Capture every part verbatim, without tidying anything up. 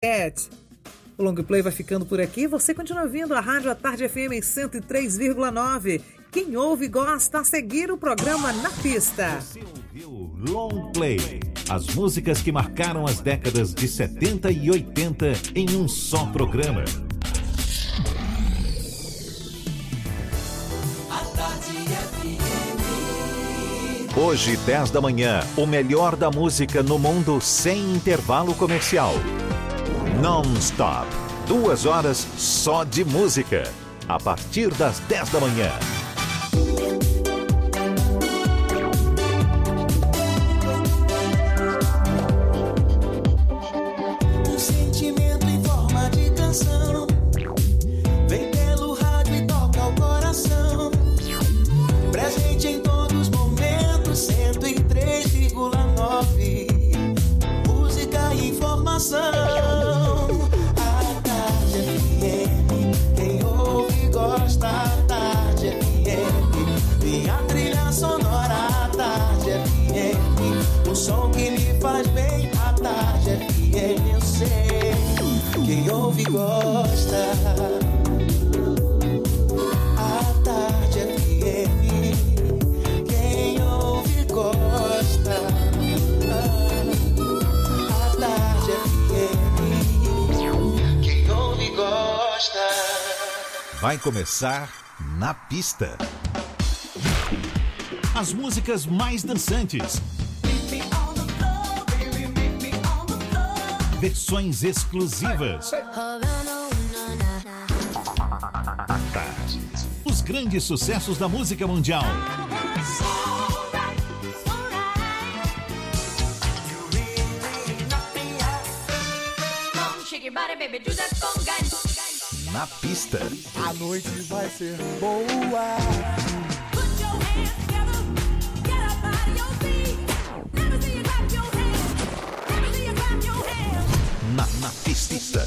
O Long Play vai ficando por aqui. Você continua ouvindo a Rádio à Tarde F M em cento e três vírgula nove. Quem ouve e gosta a seguir o programa Na Pista. Você ouviu Long Play. As músicas que marcaram as décadas de setenta e oitenta em um só programa. Hoje, dez da manhã, o melhor da música no mundo sem intervalo comercial. Non-stop. Duas horas só de música. A partir das dez da manhã. Um sentimento em forma de canção vem pelo rádio e toca o coração. Presente em todos os momentos, cento e três vírgula nove. Música e informação. Gosta a Tarde F M, minha trilha sonora a Tarde F M, o som que me faz bem a Tarde F M, eu sei, quem ouve gosta. A Tarde F M, quem ouve gosta. A Tarde F M, quem ouve gosta. Vai começar Na Pista. As músicas mais dançantes. Versões exclusivas. À tarde. Os grandes sucessos da música mundial. Na Pista. A noite vai ser boa. Na, na pista.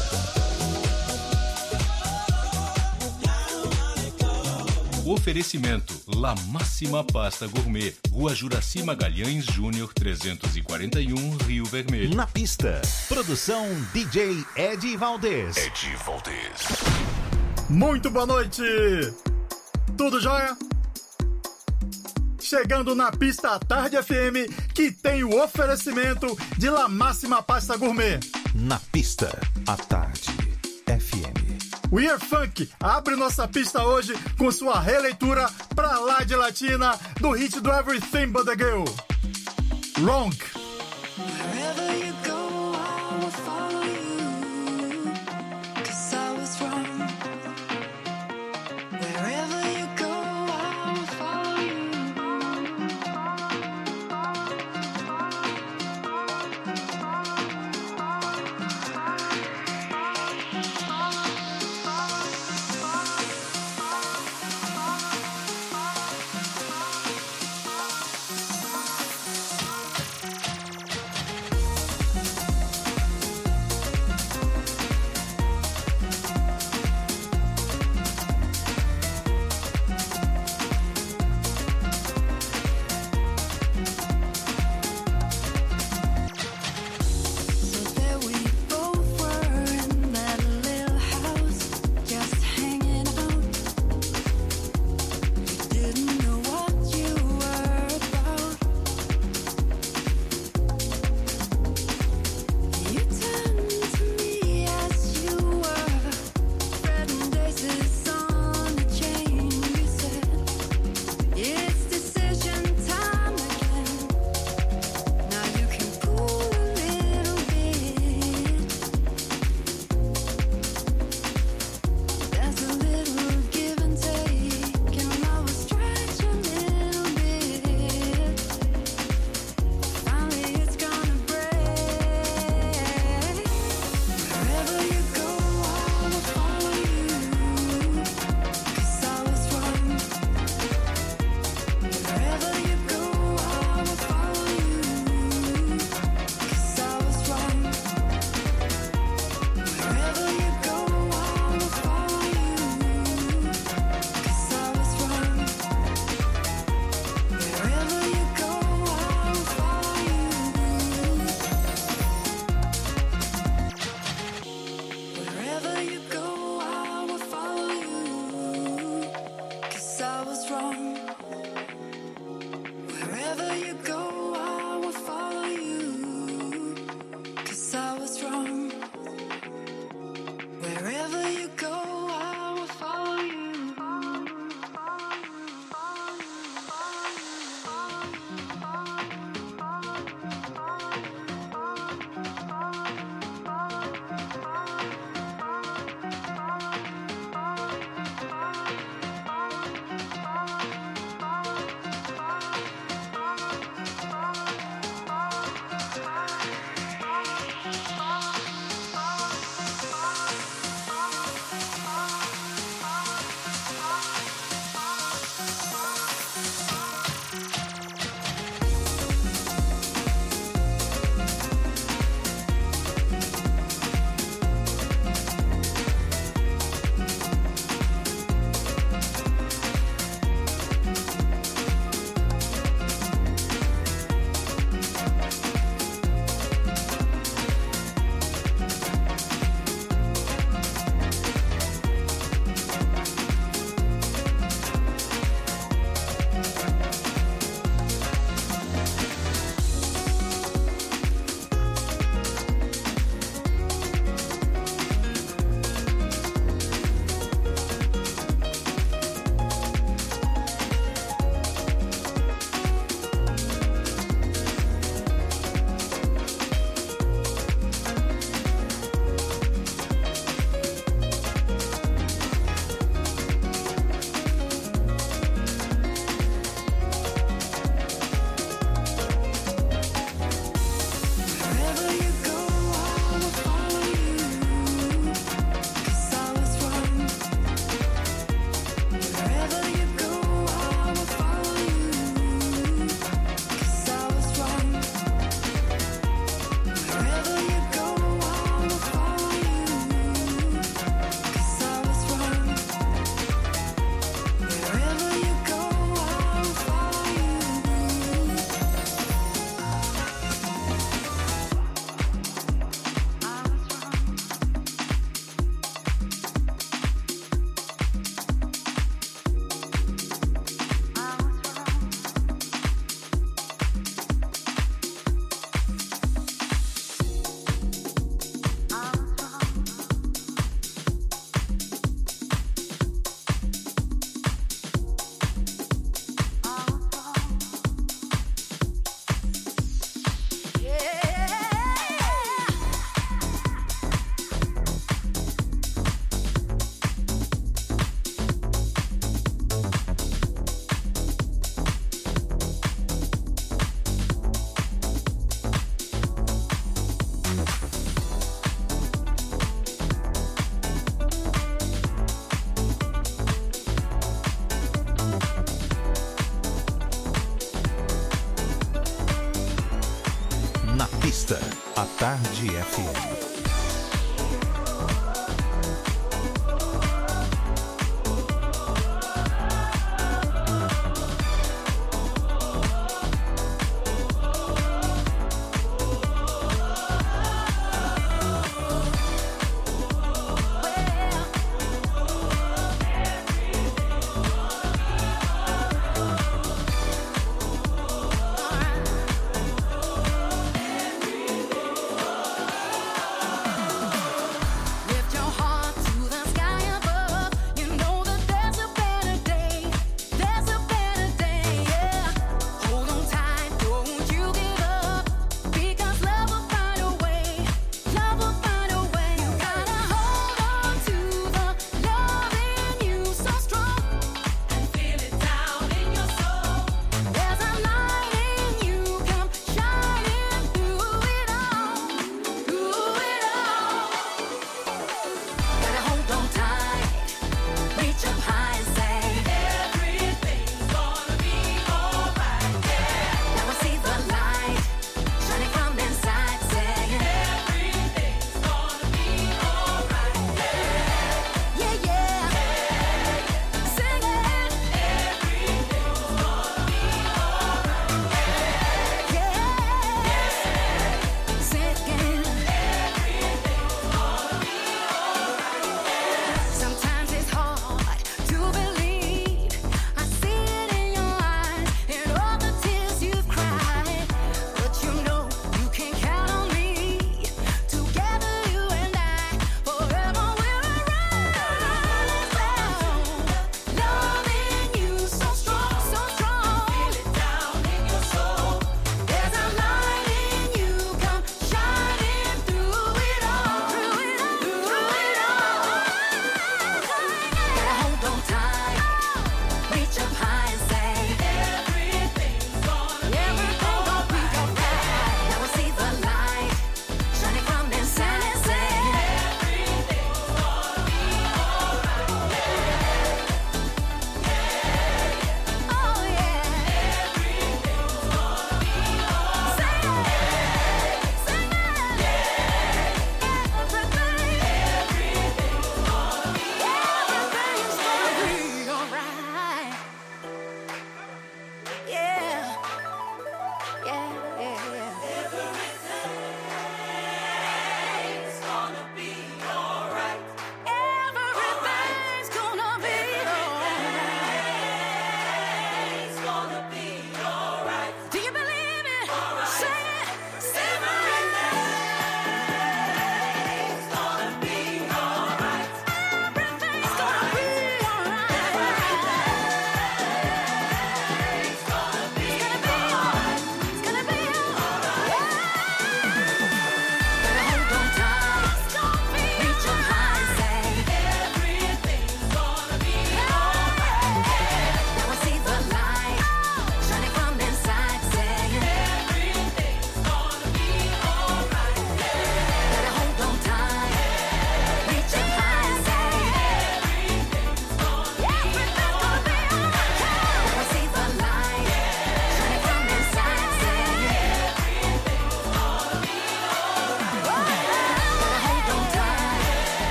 Oferecimento La Máxima Pasta Gourmet, Rua Juraci Magalhães Júnior trezentos e quarenta e um, Rio Vermelho. Na Pista. Produção D J Ed Valdez. Ed Valdez. Muito boa noite. Tudo jóia? Chegando na Pista à Tarde F M, que tem o oferecimento de La Máxima Pasta Gourmet. Na Pista à Tarde F M. O Year Funk abre nossa pista hoje com sua releitura pra lá de latina do hit do Everything But The Girl, Wrong. Wherever you go, I will follow you, 'cause I was wrong. Wherever you go, I will follow you. A Tarde F M.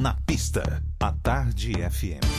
Na pista, a Tarde F M.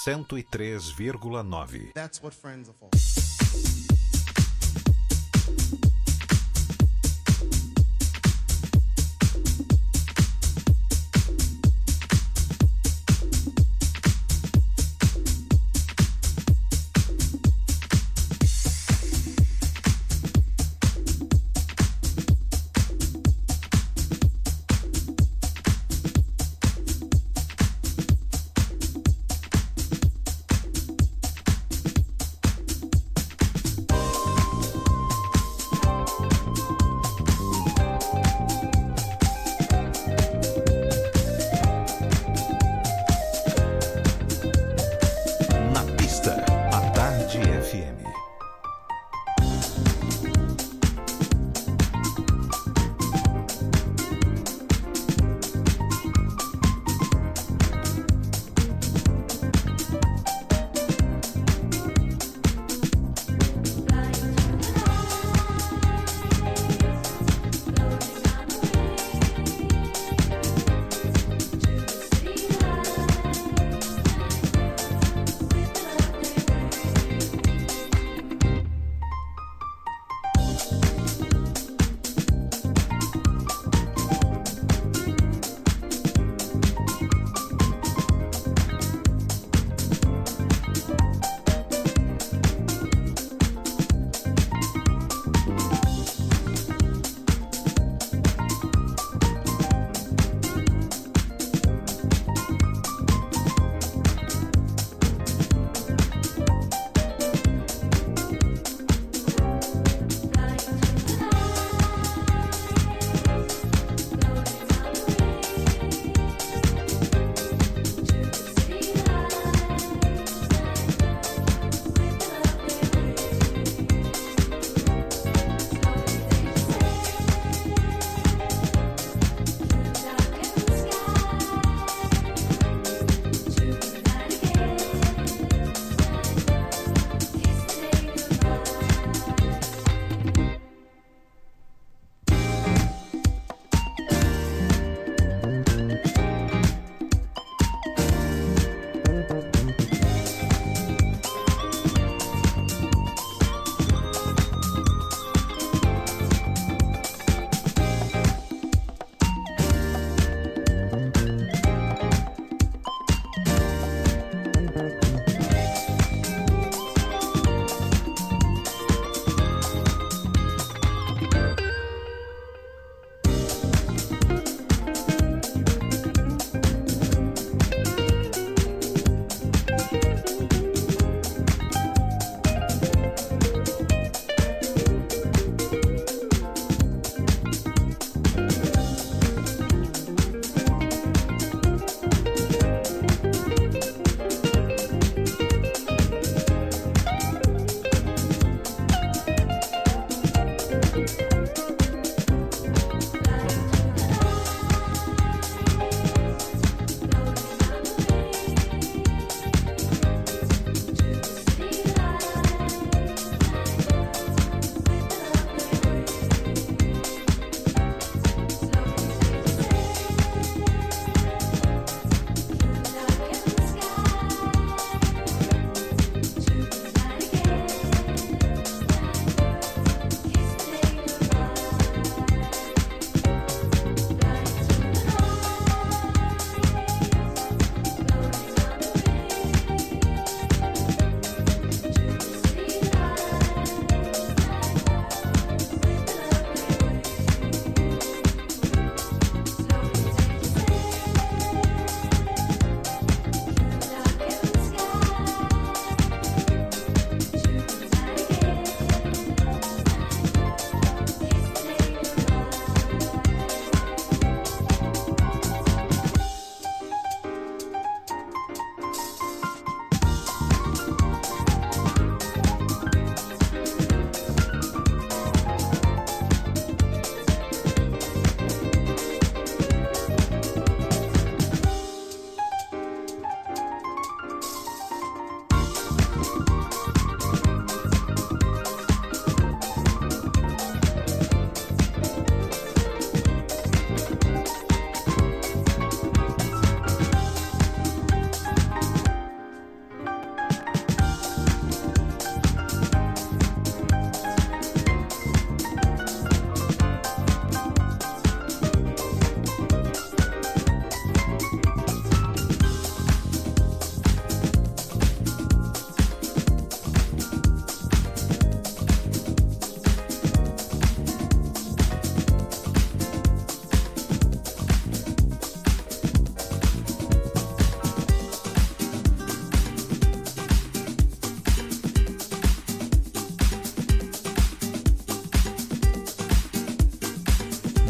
cento e três vírgula nove. That's what friends are for.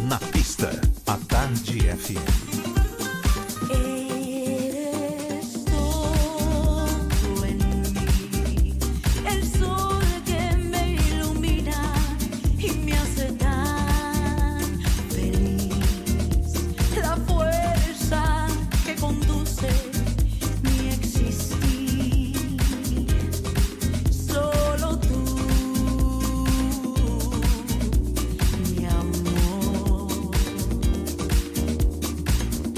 Na pista, a Tarde F M. Eres todo en mí, el sol que me ilumina y me hace tan feliz, la fuerza que conduce mi existir, solo tú, mi amor.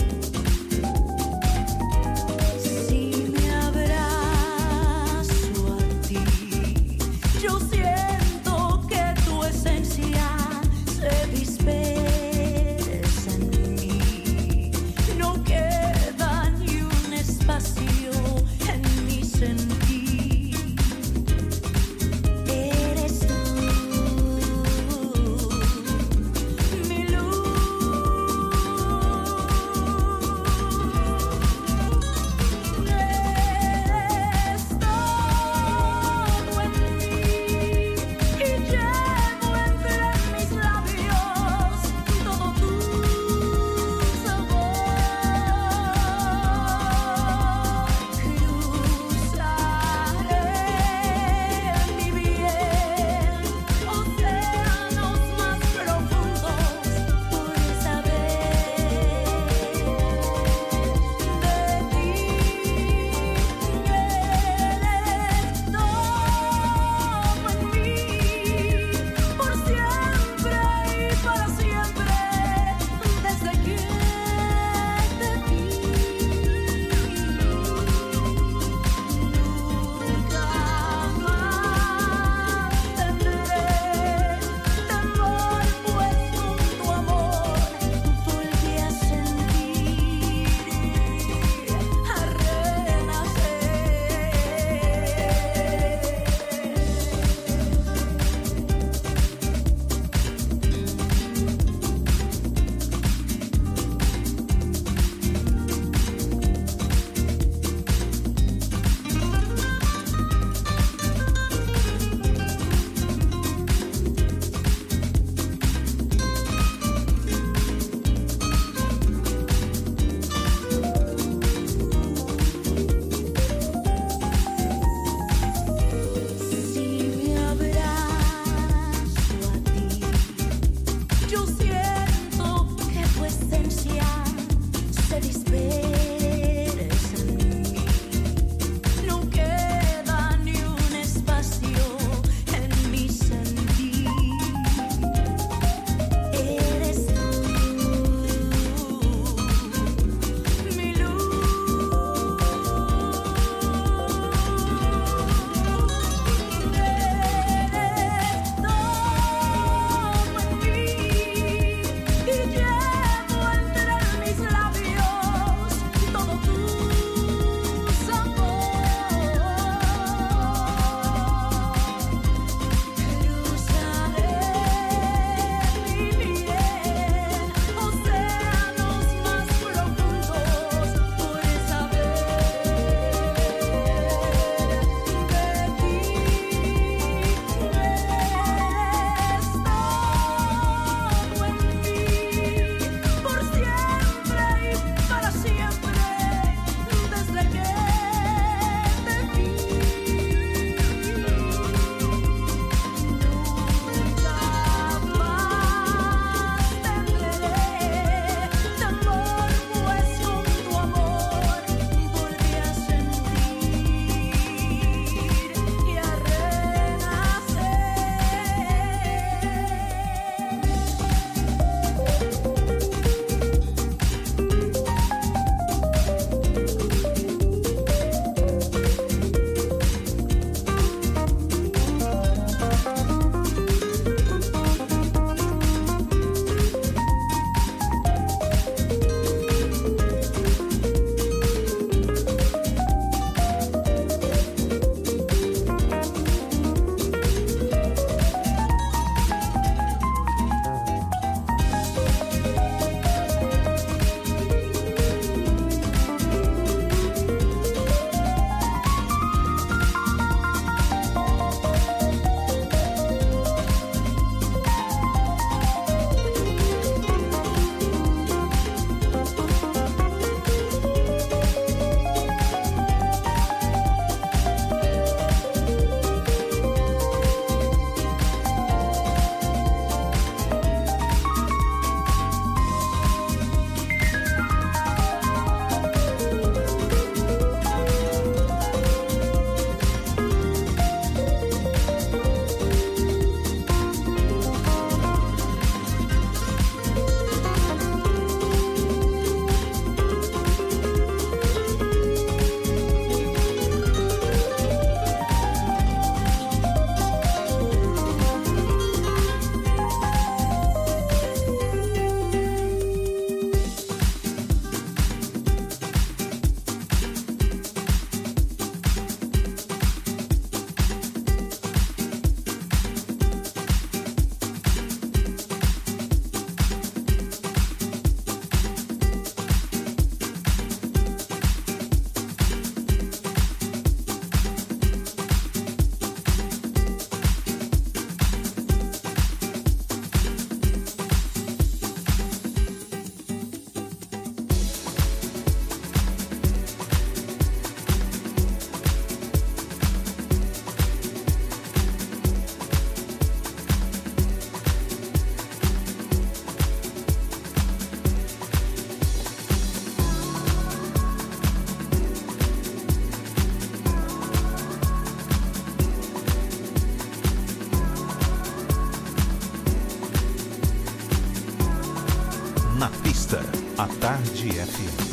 Tarde F M.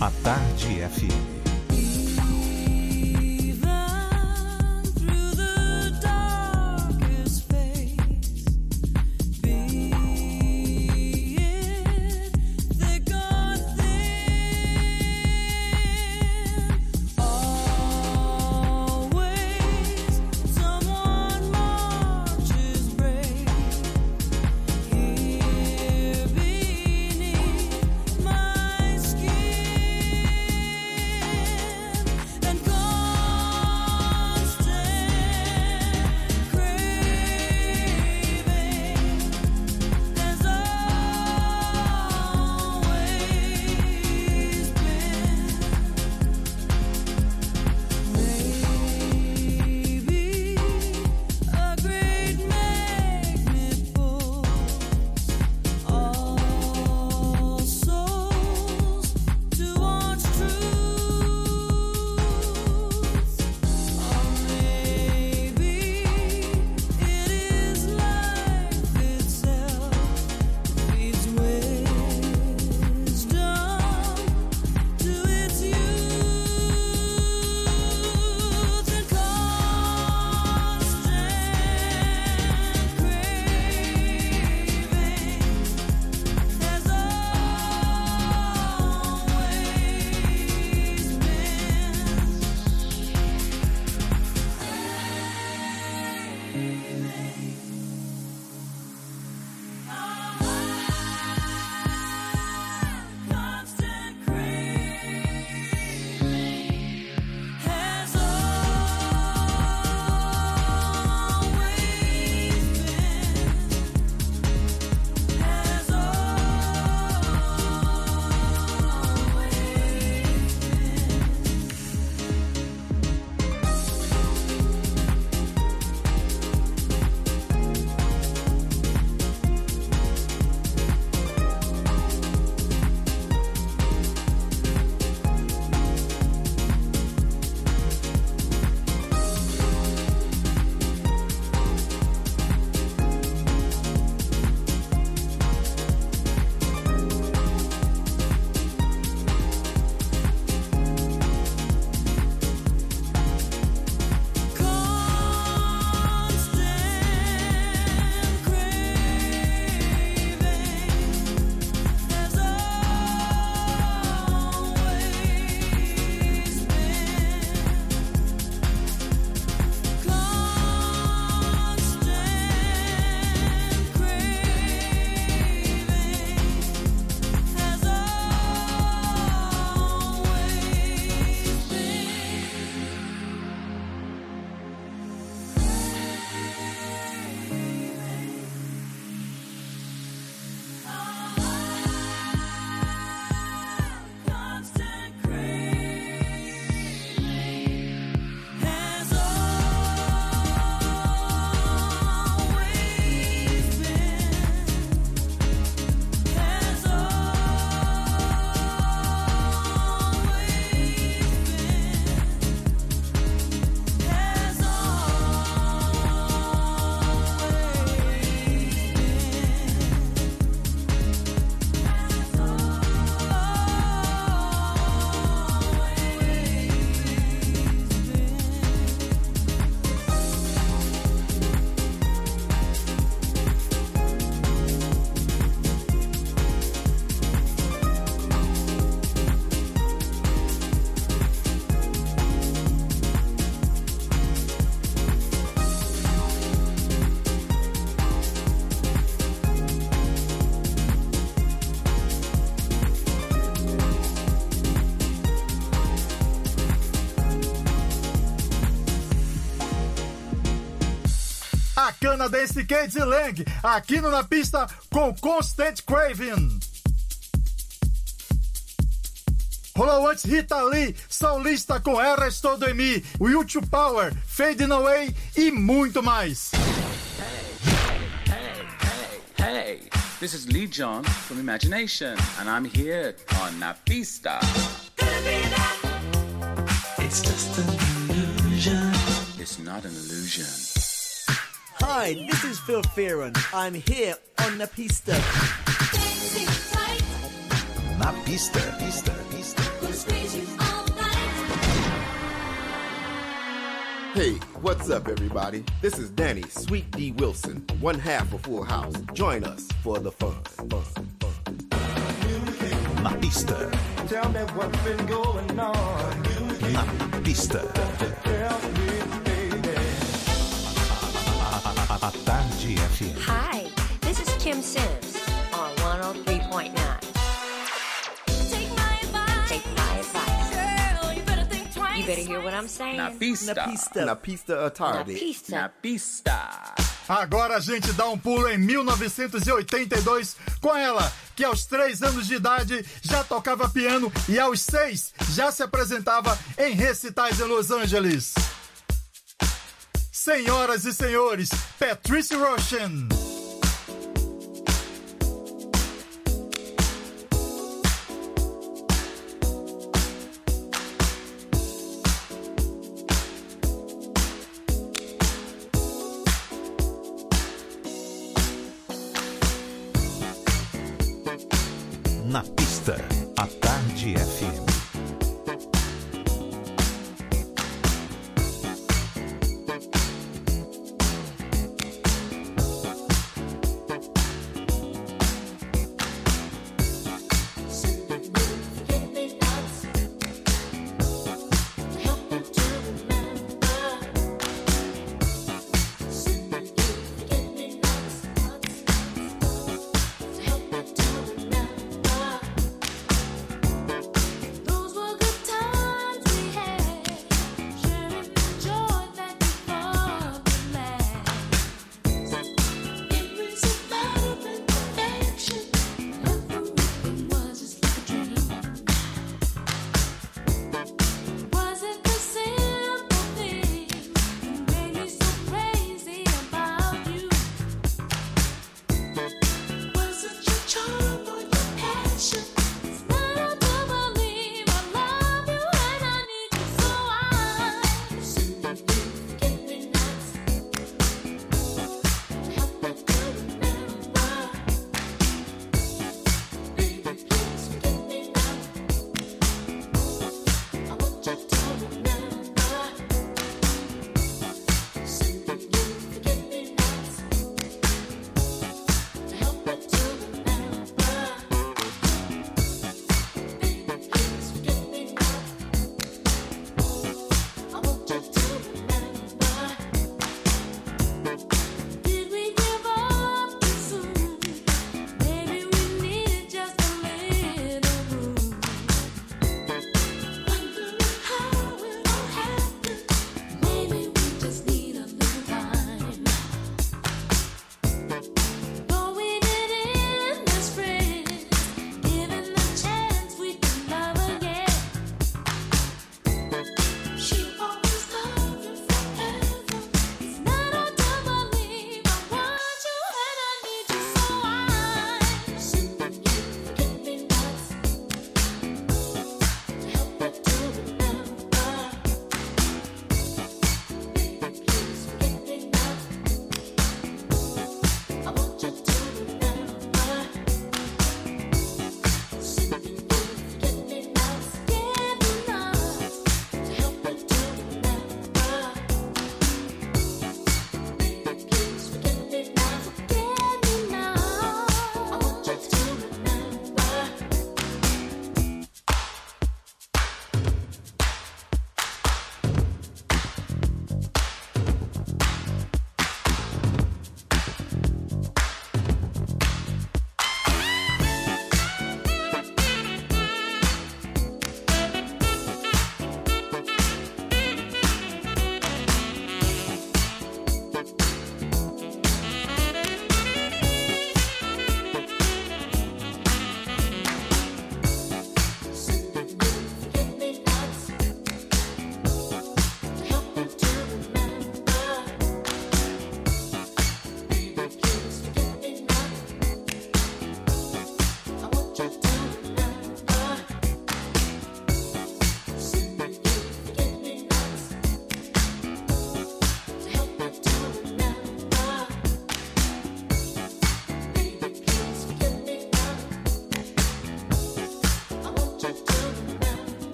A Tarde F M. a canadense Katie Lang, aqui no Na Pista com Constant Craving. Rolou antes Rita Lee, Saulista com Era Estou de Mim, Will to Power, Fading Away e muito mais. Hey, hey, hey, hey, this is Lee John from Imagination, and I'm here on Na Pista. It's just an illusion. It's not an illusion. Hi, this is Phil Fearon. I'm here on Na Pista. Na Pista, pista, pista. Hey, what's up, everybody? This is Danny Sweet D. Wilson, one half of Full House. Join us for the fun, fun, fun. Na pista. Tell me what's been going on. Na pista. A Tarde F M. Hi, this is Kim Sims on one oh three point nine. Take my advice. Take my advice. Girl, you better think twice. You better hear what I'm saying. Na pista. Na pista. Na pista à tarde. Na pista. Na pista. Agora a gente dá um pulo em mil novecentos e oitenta e dois com ela, que aos três anos de idade já tocava piano e aos seis já se apresentava em recitais em Los Angeles. Senhoras e senhores, Patricia Rushen. Na pista, a Tarde F M.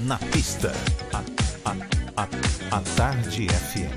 Na pista, a, a, a, a Tarde F M.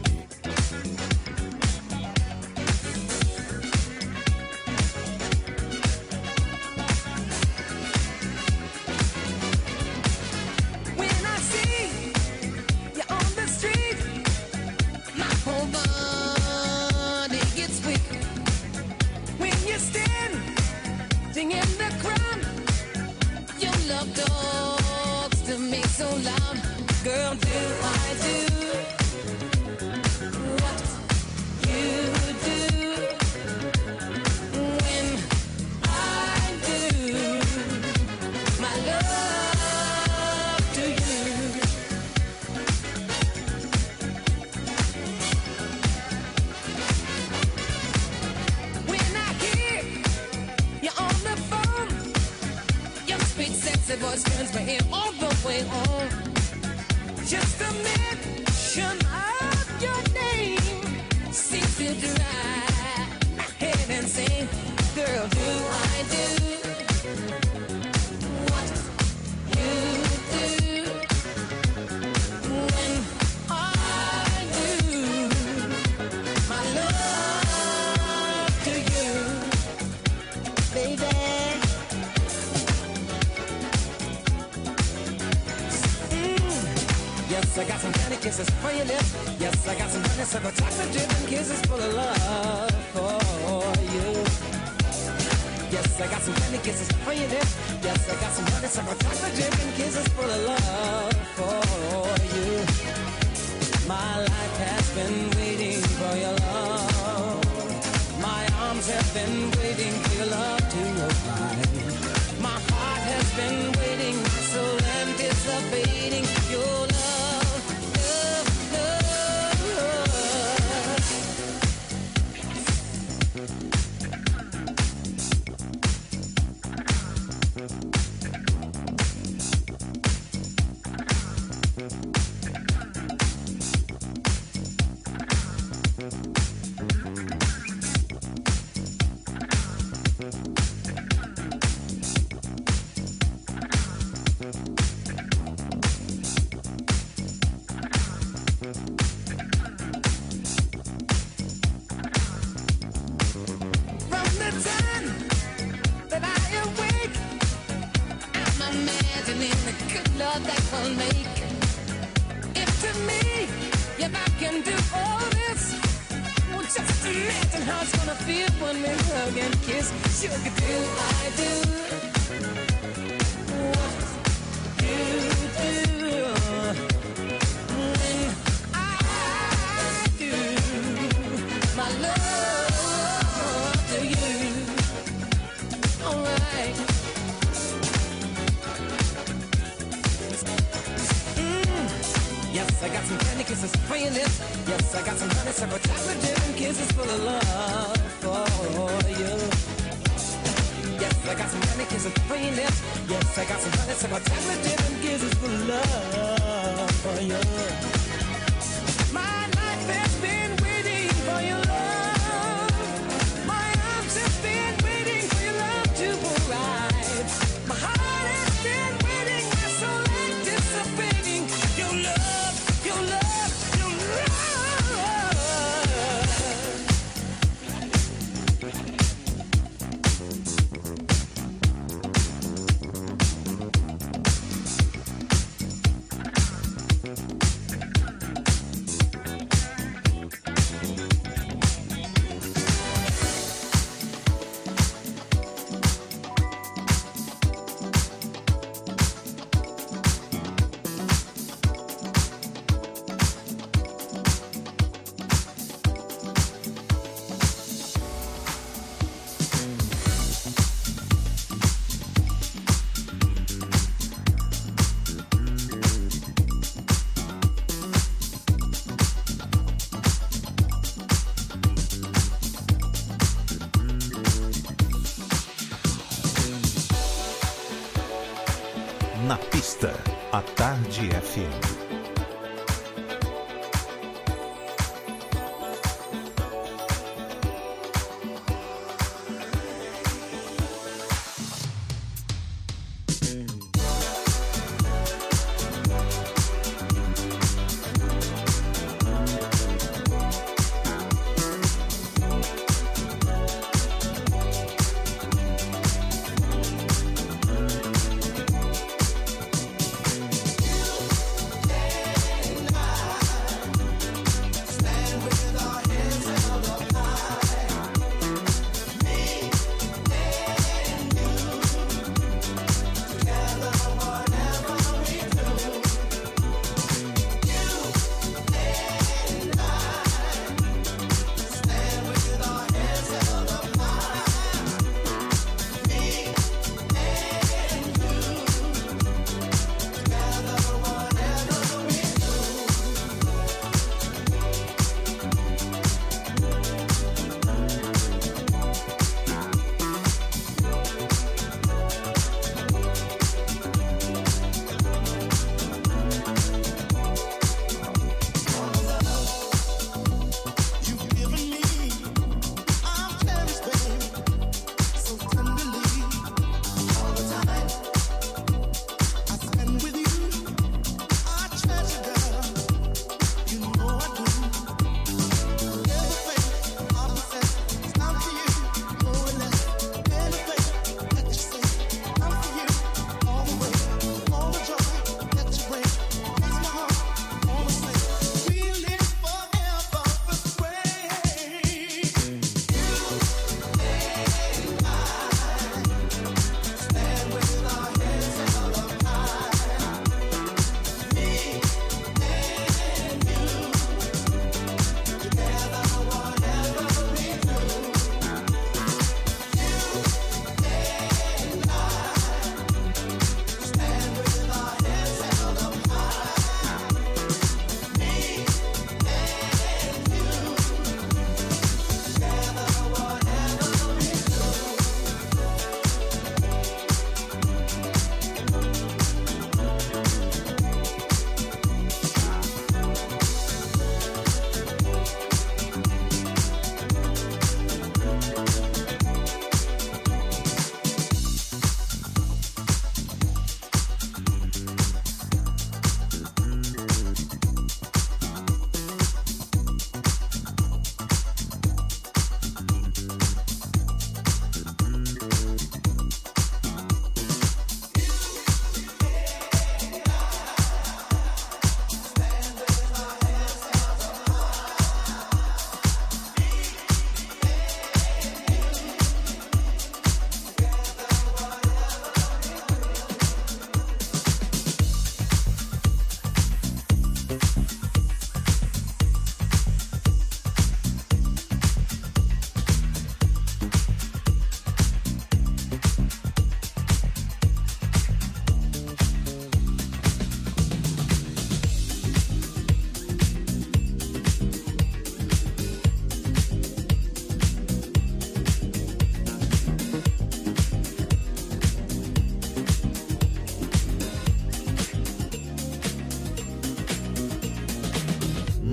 Na pista, a Tarde F M.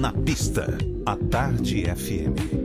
Na pista, a Tarde F M.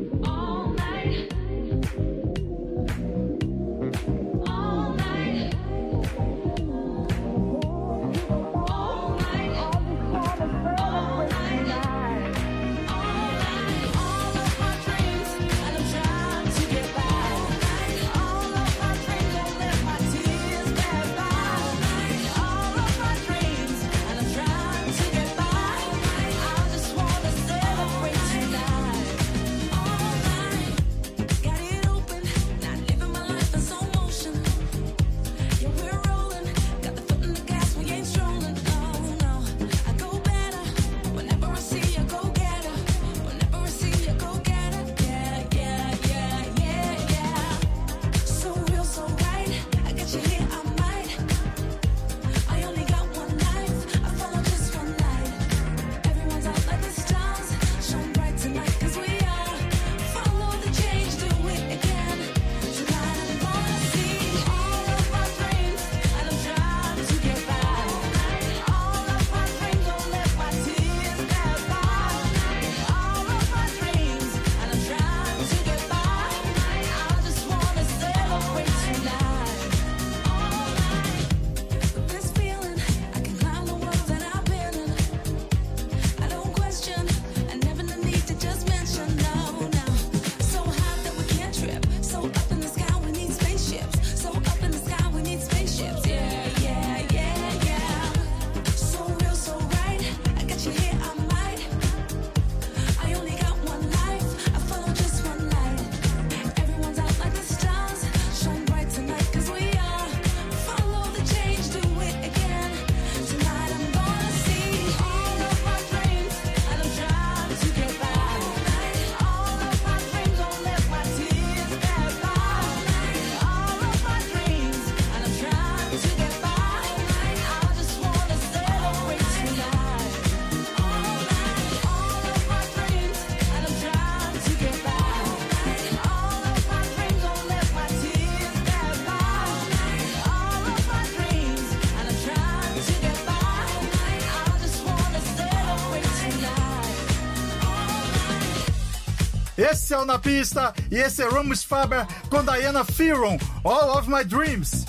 Esse é o Na Pista e esse é Rumus Faber com Diana Fearon, All of My Dreams.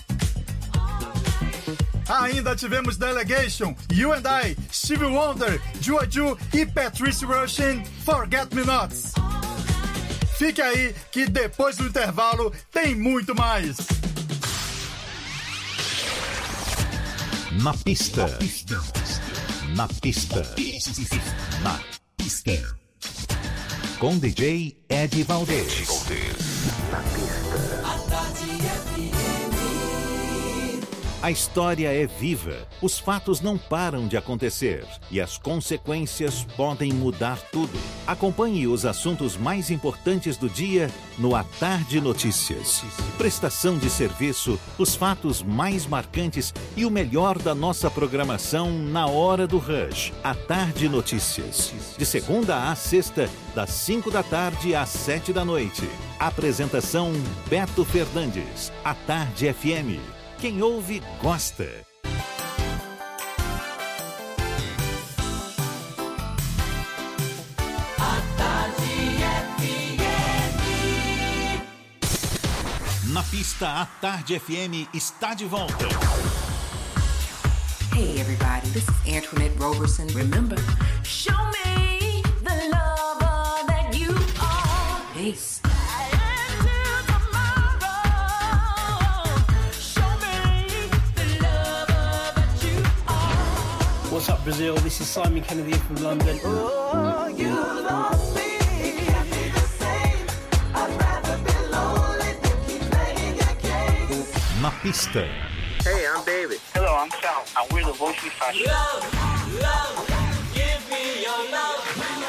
Ainda tivemos Delegation, You and I, Stevie Wonder, Juaju e Patrice Rushen, Forget Me Nots. Fique aí que depois do intervalo tem muito mais. Na pista. Na pista. Na pista. Na pista. Com D J Ed Valdez. Na pista. A história é viva, os fatos não param de acontecer e as consequências podem mudar tudo. Acompanhe os assuntos mais importantes do dia no A Tarde Notícias. Prestação de serviço, os fatos mais marcantes e o melhor da nossa programação na hora do rush. A Tarde Notícias. De segunda a sexta, das cinco da tarde às sete da noite. Apresentação Beto Fernandes. A Tarde F M. Quem ouve, gosta. Na pista, A Tarde F M está de volta. Hey everybody, this is Antoinette Roberson. Remember, show me the lover that you are. Peace. What's up, Brazil? This is Simon Kennedy from London. Oh, you lost me. Can't be the same. I'd rather be lonely than keep playing your games. Na pista. Hey, I'm David. Hello, I'm Sal, and we're the Voice We Fashion. Love, love, give me your love.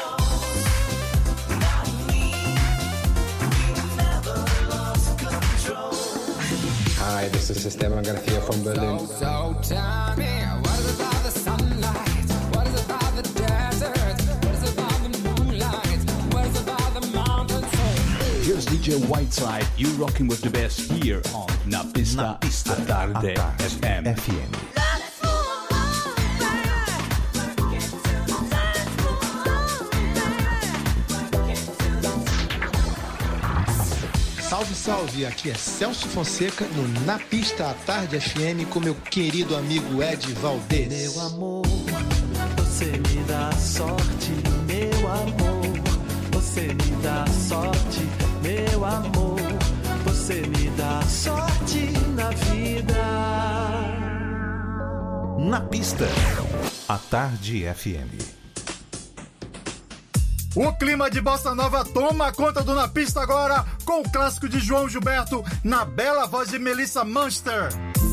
Hi, this is Esteban Garcia from Berlin. So, so tell me, what is it about the sunlight? What is it about the desert? What is it about the moonlight? What is it about the mountains? Here's D J Whiteside, you rocking with the best here on Na Pista, Na Pista A Tarde F M. F M. salve! Aqui é Celso Fonseca no Na Pista à Tarde F M com meu querido amigo Ed Valdez. Meu amor, você me dá sorte, meu amor. Você me dá sorte, meu amor. Você me dá sorte na vida. Na Pista, à Tarde F M. O clima de bossa nova toma conta do Na Pista agora, com o clássico de João Gilberto, na bela voz de Melissa Munster.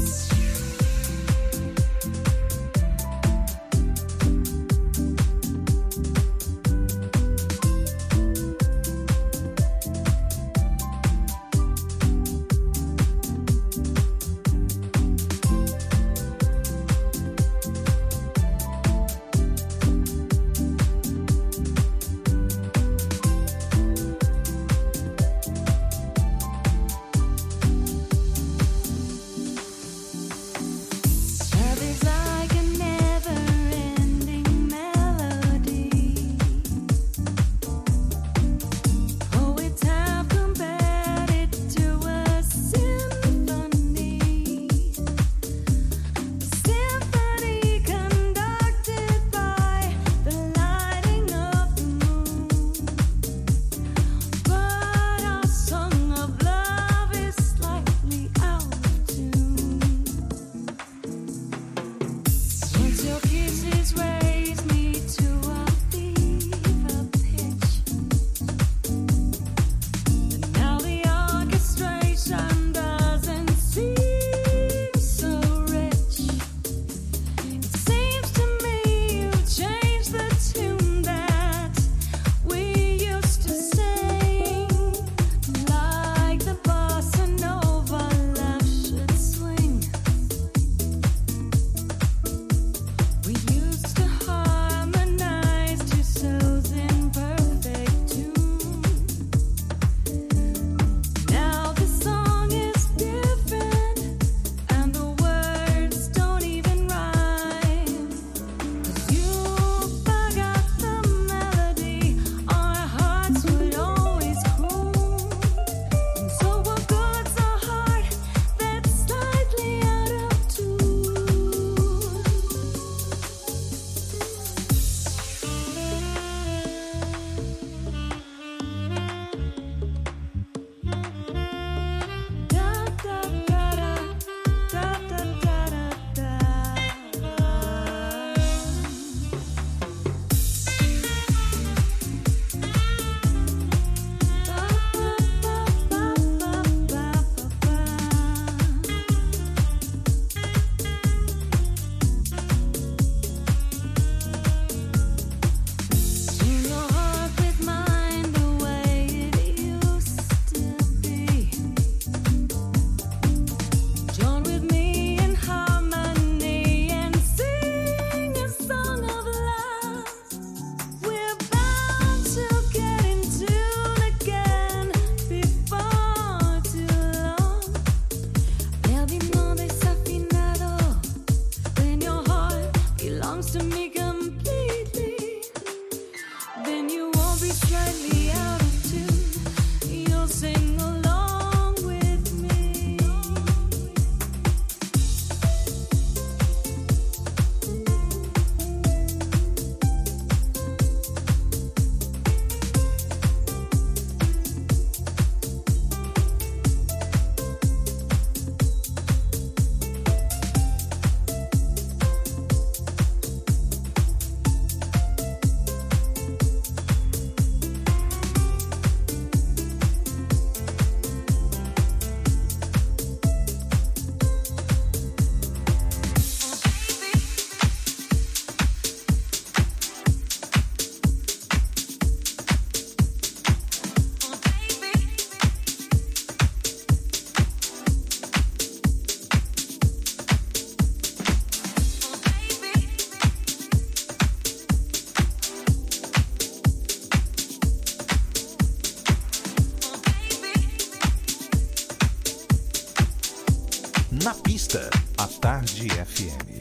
Na Pista, à Tarde F M.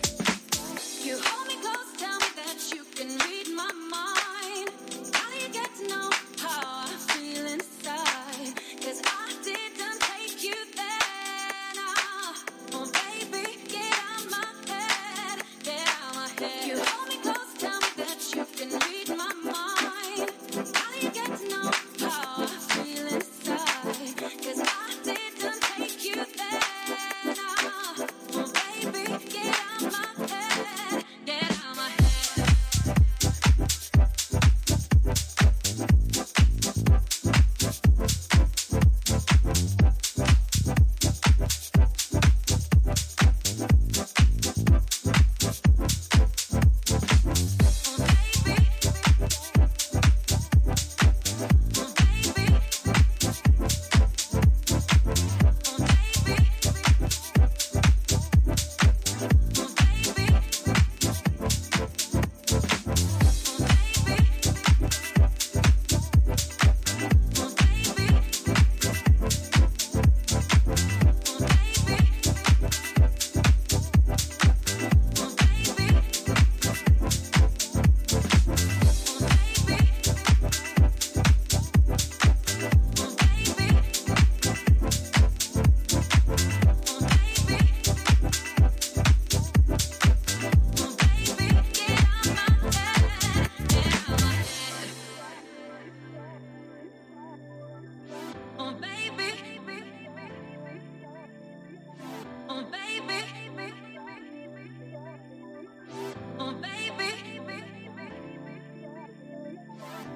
You hold me close, tell me that you can read my mind. How do you get to know how I feel inside? 'Cause I didn't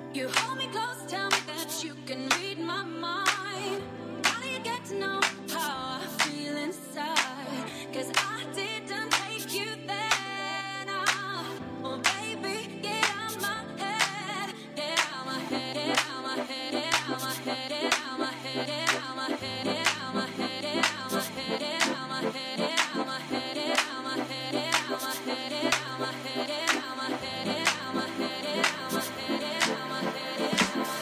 You hold me close, tell me that you can read my mind. How do you get to know how I feel inside? 'Cause I didn't take you there. Nah. Oh baby, get out my head, get out my head, get out my head, get out my head, get out my head, get out my head, get out my head, get out my head, get out my head, get out my head, get out my head, get out my head, get out my head, get out my head, get out my head, get out my head, get out my head.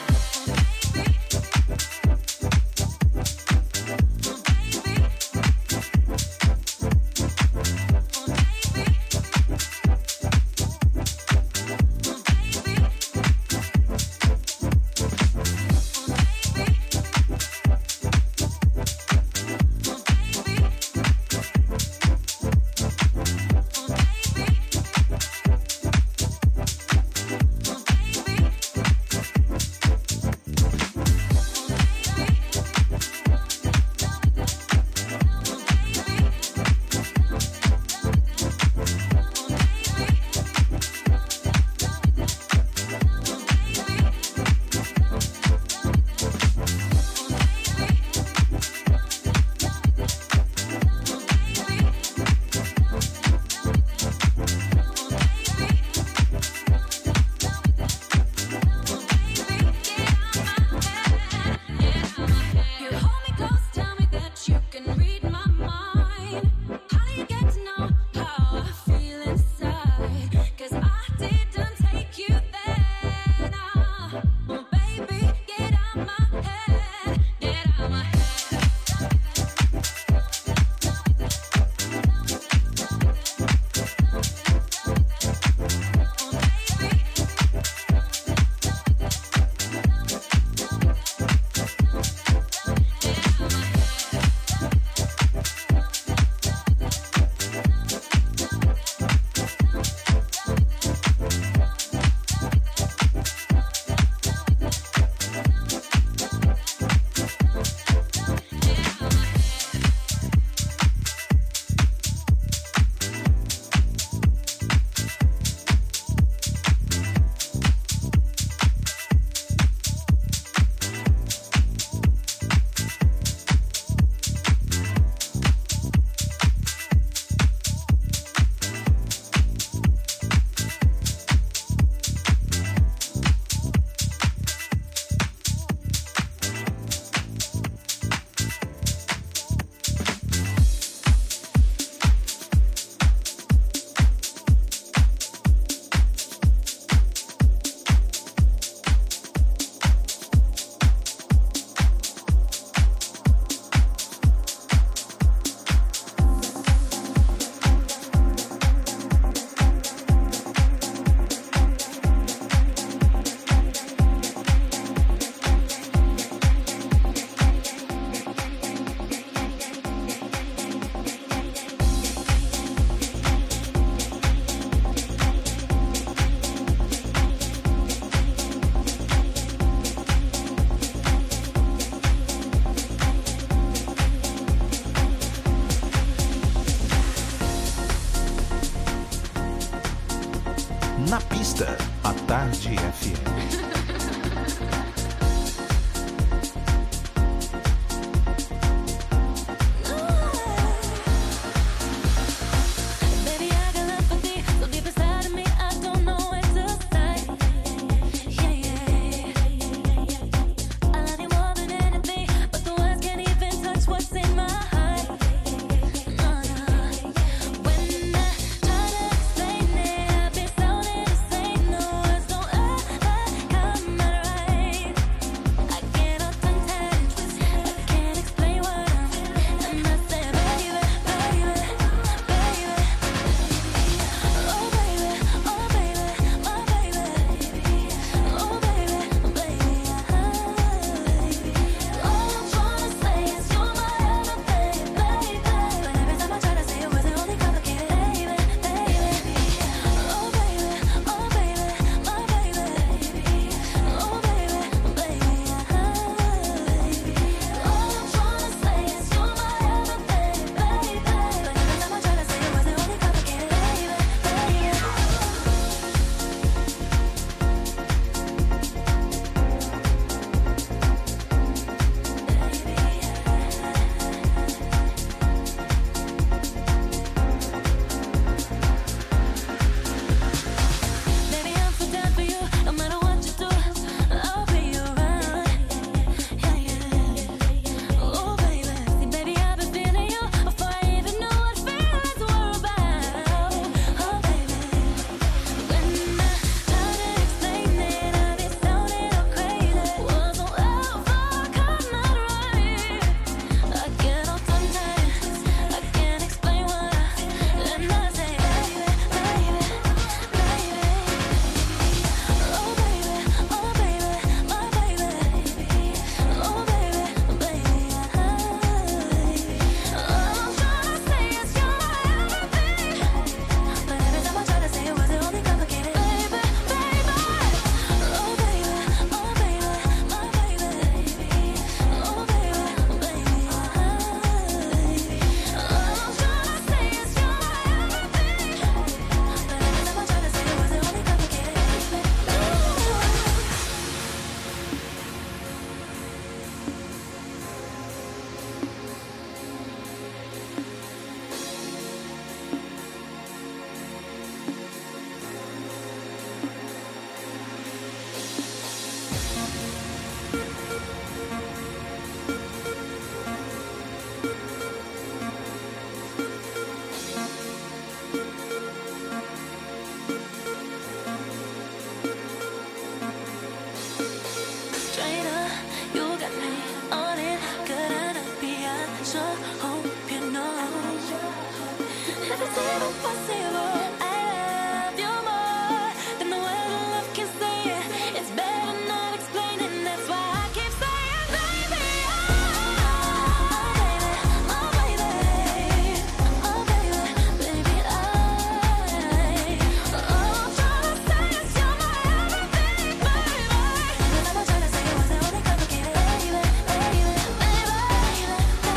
Na pista, à tarde F M. Come Trainer, you got me on it. Couldn't be, I sure hope you know. If it's even possible, I love you more than the way the love can say it. It's better not explaining. That's why I keep saying, baby, oh, oh, baby, oh, baby, baby, I, oh, I'm trying to say it's you're my everything, baby. And I'm trying to say it wasn't only complicated, baby, baby, baby, baby,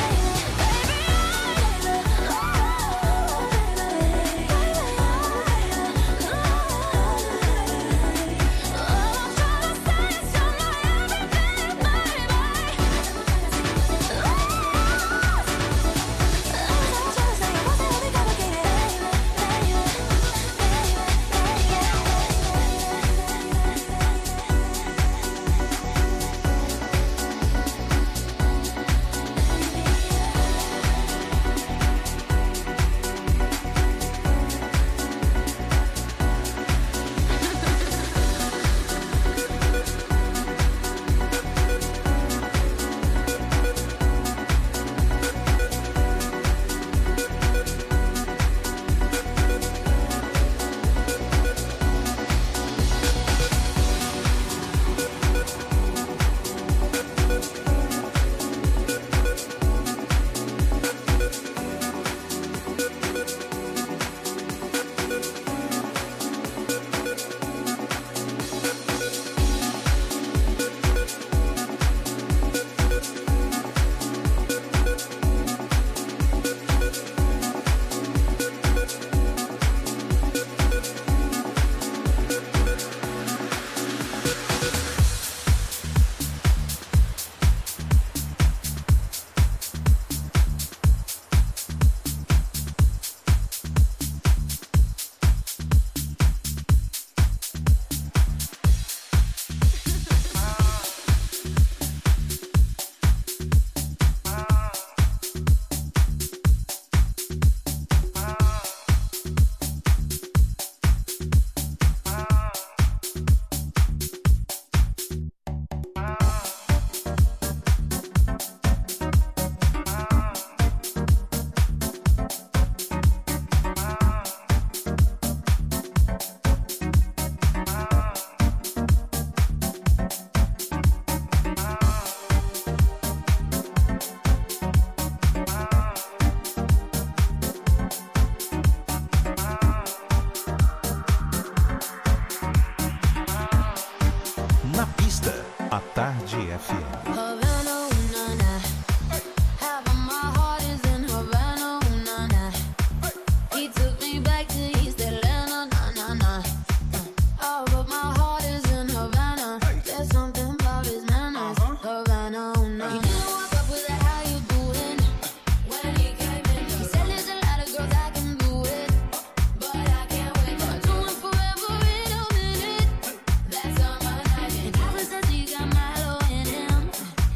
Na pista, a Tarde F M. Havana, ooh, na, na. Half of my heart is in Havana, ooh, na, na. He took me back to East Atlanta, na, na, na. Oh, but my heart is in Havana. There's something about his manners. Havana, ooh, na, na. He didn't walk up with a how you doing when he came in. He said there's a lot of girls I can do it, but I can't wait. I'll do it forever in a minute. That's all my night. And ever since he got Milo in him,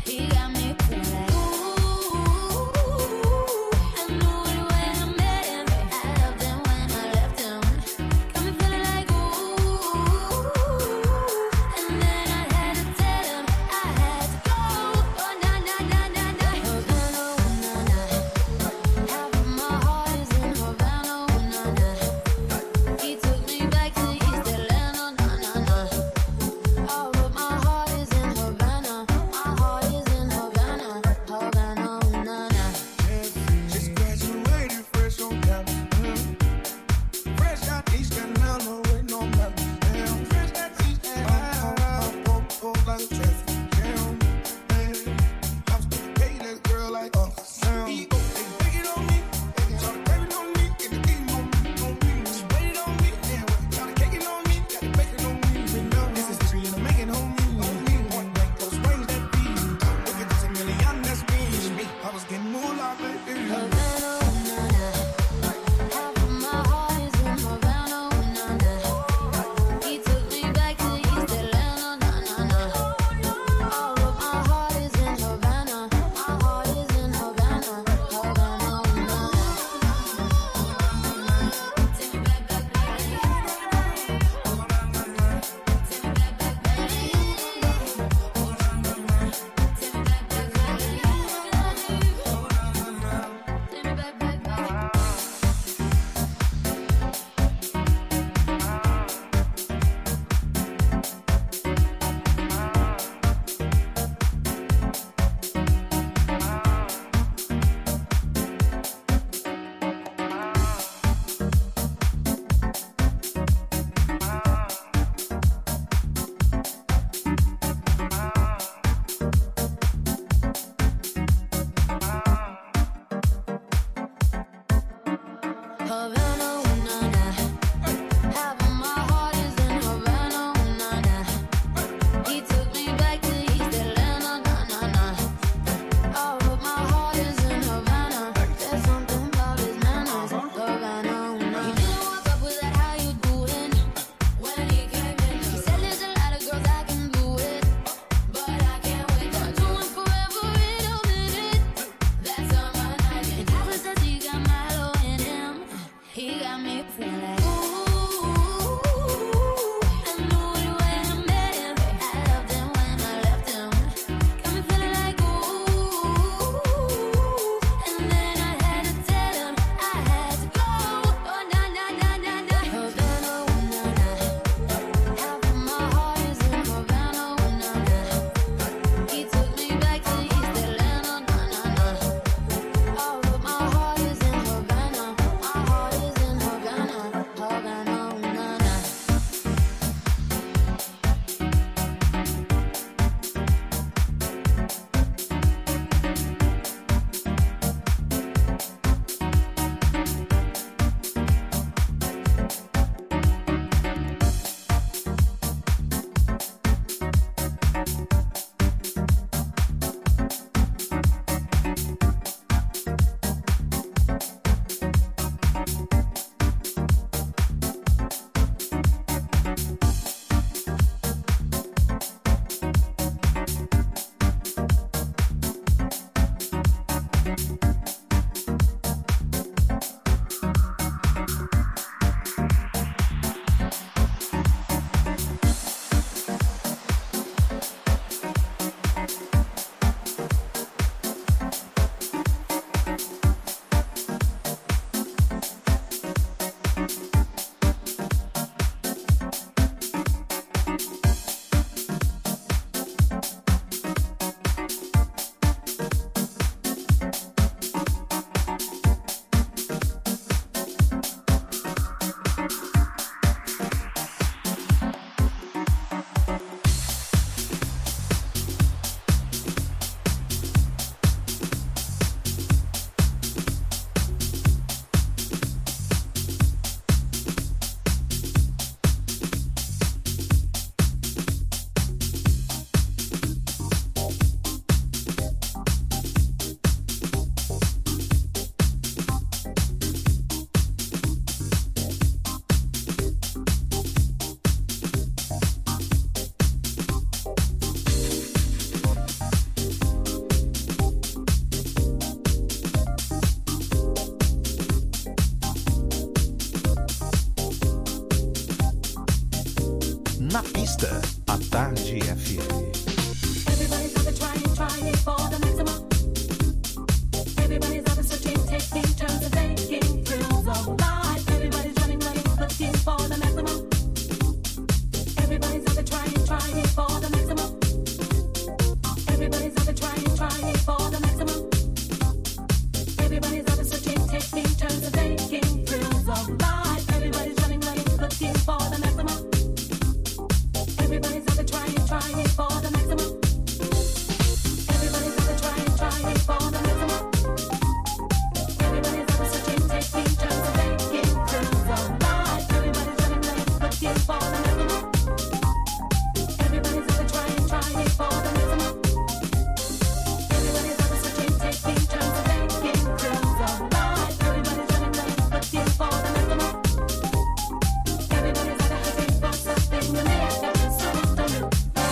Na pista, a Tarde F M. Everybody's out there trying, trying for the maximum. Everybody's out there searching, taking turns and taking thrills of life. Everybody's running, running, looking for the maximum. Everybody's out there trying, trying for the maximum. Everybody's out there trying, trying for the maximum. Everybody's out there searching, taking turns and taking thrills of life. Everybody's running, running, looking for the maximum. Everybody's out there trying, trying for the maximum. Everybody's out there trying, trying for the maximum. Everybody's out there searching, taking turns and taking thrills of life. Everybody's running, running, looking for the maximum. Everybody's out there trying, trying for the maximum. Everybody's out there searching, taking turns and taking thrills of life. Everybody's running, running, looking for the maximum. Everybody's out there hunting for something when they have got something new.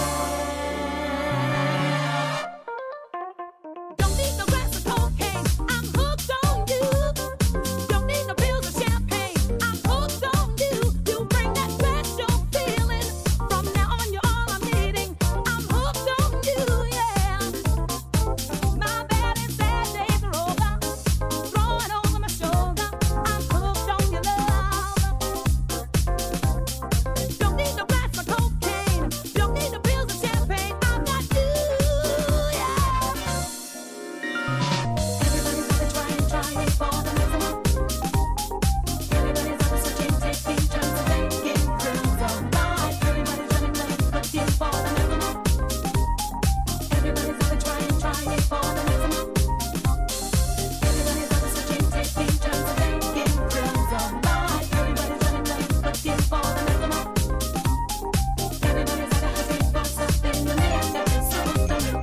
Don't need no glass of cocaine, I'm hooked on you. Don't need no pills of champagne, I'm hooked on you. You bring that special feeling. From now on, you're all I'm needing. I'm hooked on you, yeah. My bad and sad days are over. Throwing over my shoulder. I'm hooked on your love. Don't need no glass of cocaine. Don't need no pills of champagne. I've got you, yeah. Everybody's out there trying, trying for the maximum. Everybody's out there searching, taking turns and taking thrills of life. Everybody's running, running, looking for the maximum. Everybody's out there trying, trying for the maximum. Everybody's out there searching, taking turns and taking thrills of life. Everybody's running, running, looking for the maximum. Everybody's out there hunting for something when they have got something new.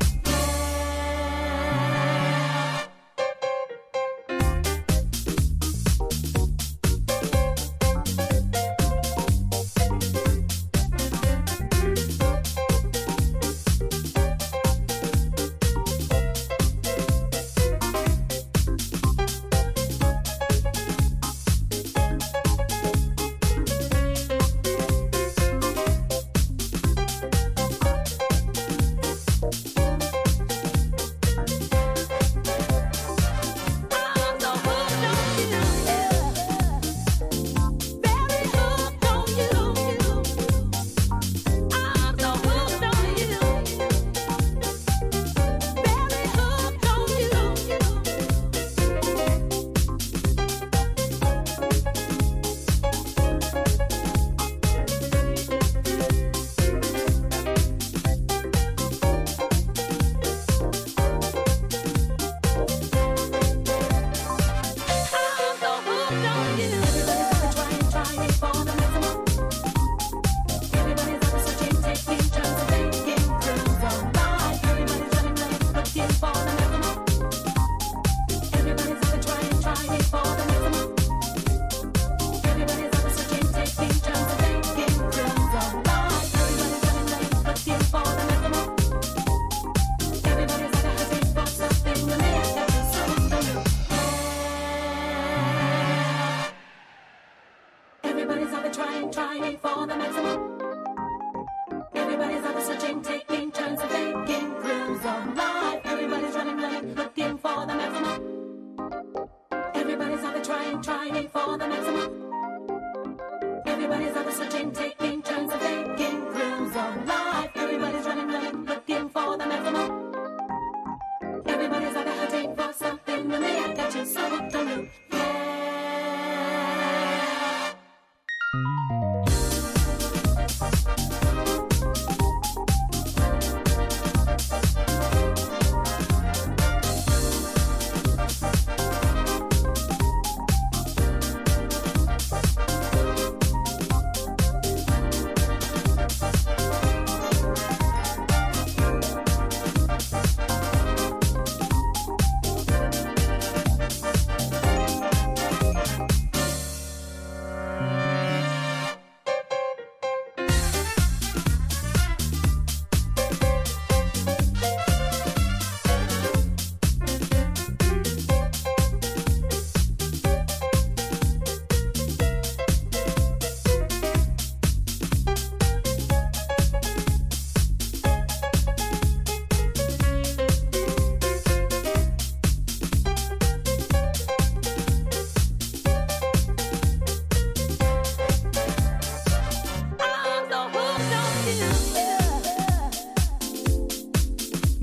Everybody's out there trying, trying for the maximum. Everybody's out there searching, taking turns and taking thrills of life. Everybody's running, running, looking for the maximum. Everybody's out there trying, trying for the maximum. Everybody's out there searching, taking turns and taking thrills of life. Everybody's running, running, looking for the maximum. Everybody's out there hunting for something when they have got you something new.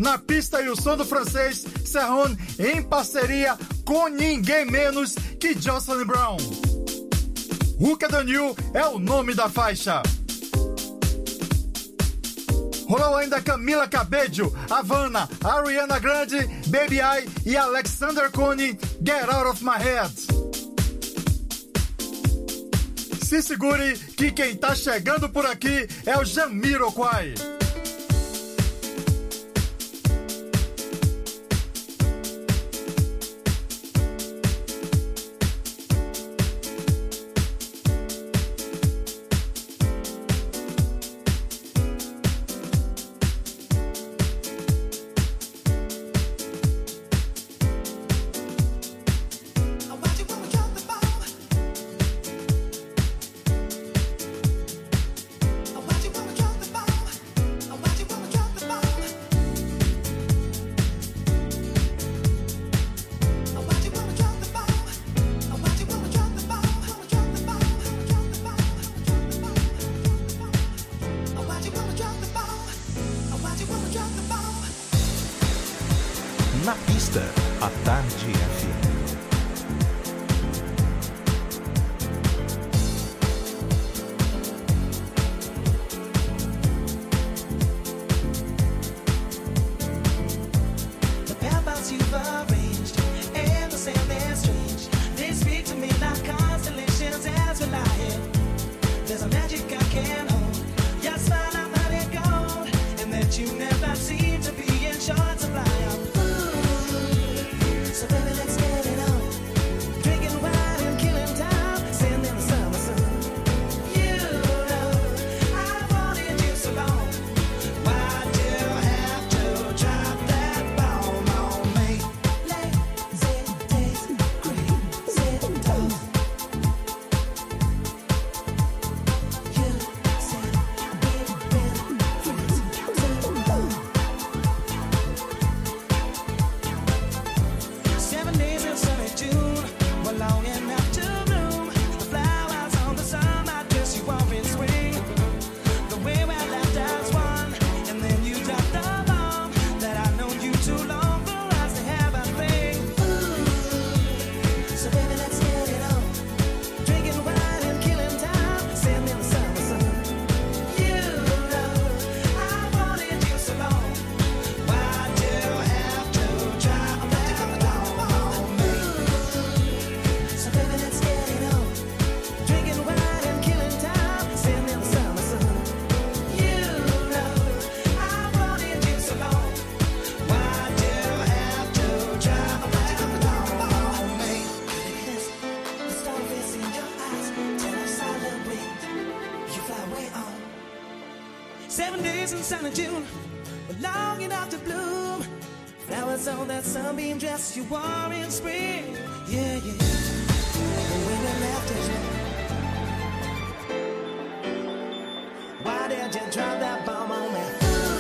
na pista e o som do francês Serron em parceria com ninguém menos que Jocelyn Brown. Hook the New é o nome da faixa. Rolou ainda Camila Cabello, Havana, Ariana Grande, Baby I e Alexander Cooney, Get Out of My Head. Se segure que quem tá chegando por aqui é o Jamiroquai. Na pista, à tarde F M. The paths you've arranged and the sand that's strange, they speak to me like constellations as we lie here. There's a magic I can't hold. Your smile, I've heard it gold, and that you never seem to be in short supply. So baby, let's get it on. Drinking wine and killing time, sitting in the summer sun. You know I've wanted you so long. Why'd you have to drop that bomb on me? Lazy days, crazy toes. You said we've been friends too long. Seven days in sunny June were long enough to bloom. The flowers on the sun, I dress you off in spring. The way we left as one, and then you dropped the bomb that I know you too long for us to have a thing. Ooh, so baby, let's get it on. Drinking wine and killing time, sitting in the summer sun. You know I wanted you so long. Why'd you have to drop that bomb on me? So baby, let's get it on. Drinking wine and killing time, sitting in the summer sun. You know I wanted you so long. Why'd you have to drop that bomb on me? The starfish in your eyes tell us silent wind. You fly way on. Seven days in sunny June were long enough to bloom. Flowers on that sunbeam dress you wore in spring. Yeah, yeah. And when we left it, why did you drop that bomb on me?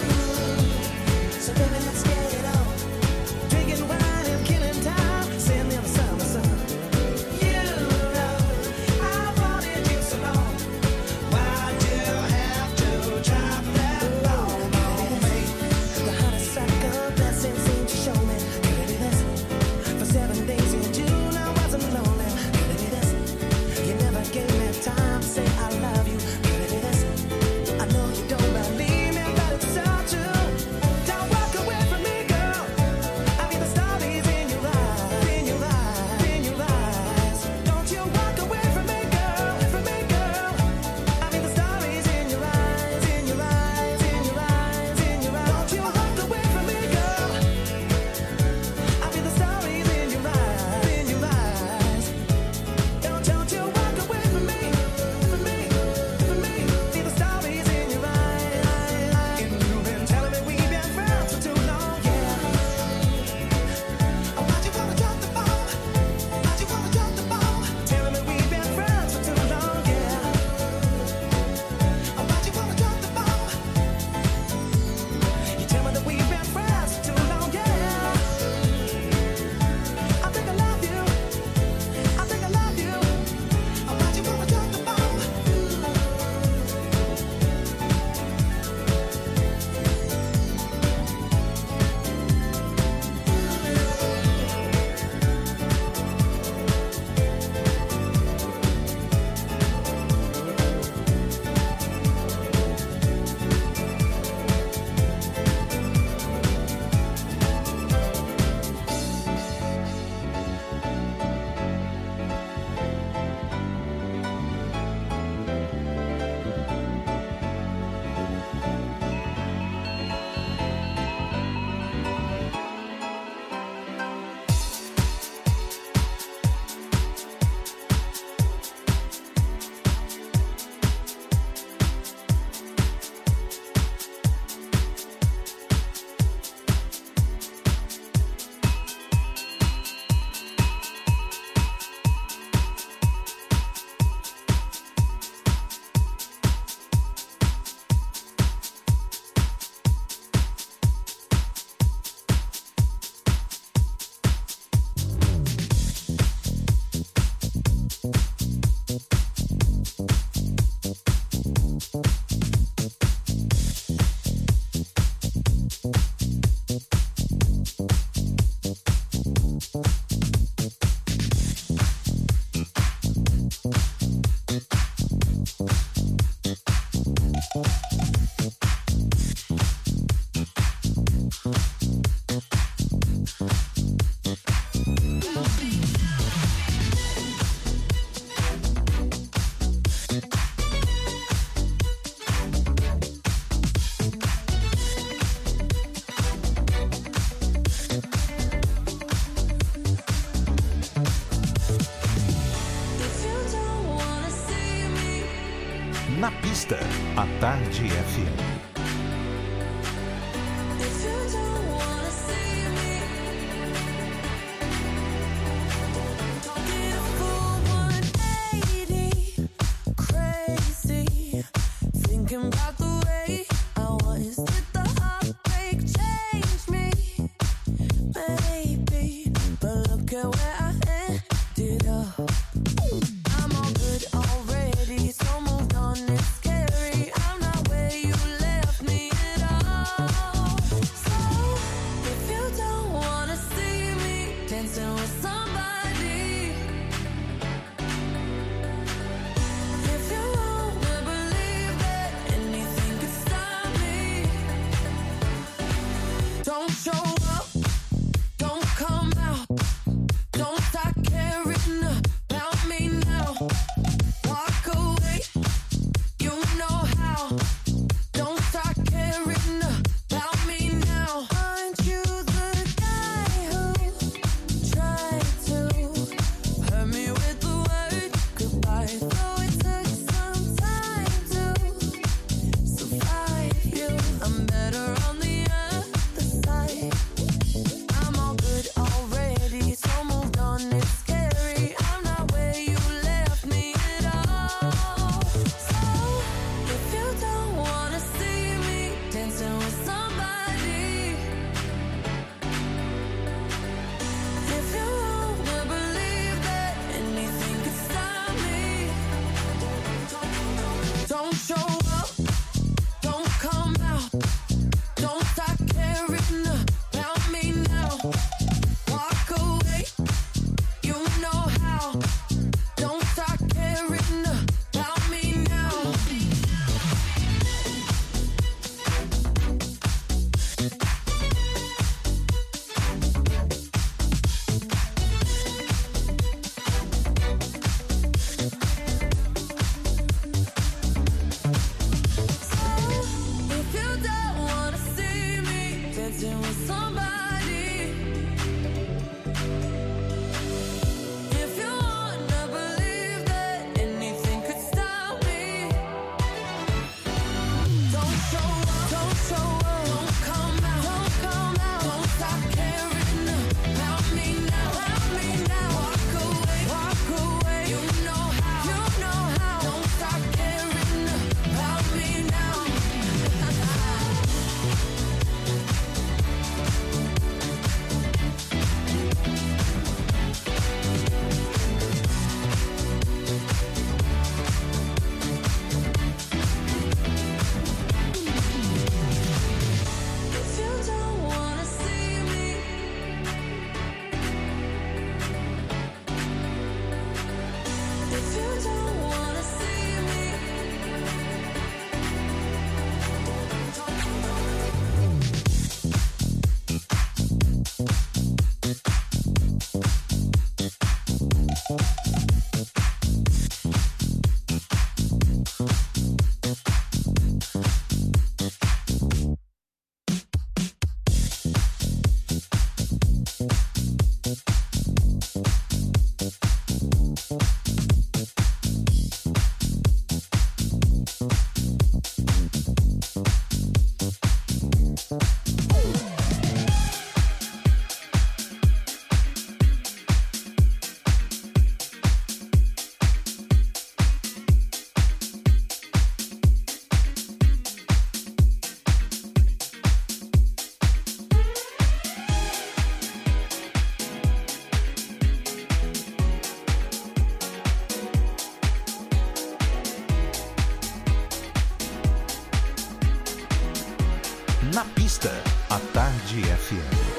So baby, let's get it on. Drinking wine and killing time, sitting in the summer sun. You know I wanted you so long. Why'd you have to drop that bomb on me? The honeysuckle blessing seemed to show me. Could it be this? For seven days in June I wasn't lonely. Could it be this? You never gave me time to say I love you. Could it be this? I know you don't believe me, but Na pista, a Tarde F M. Na pista, a Tarde F M.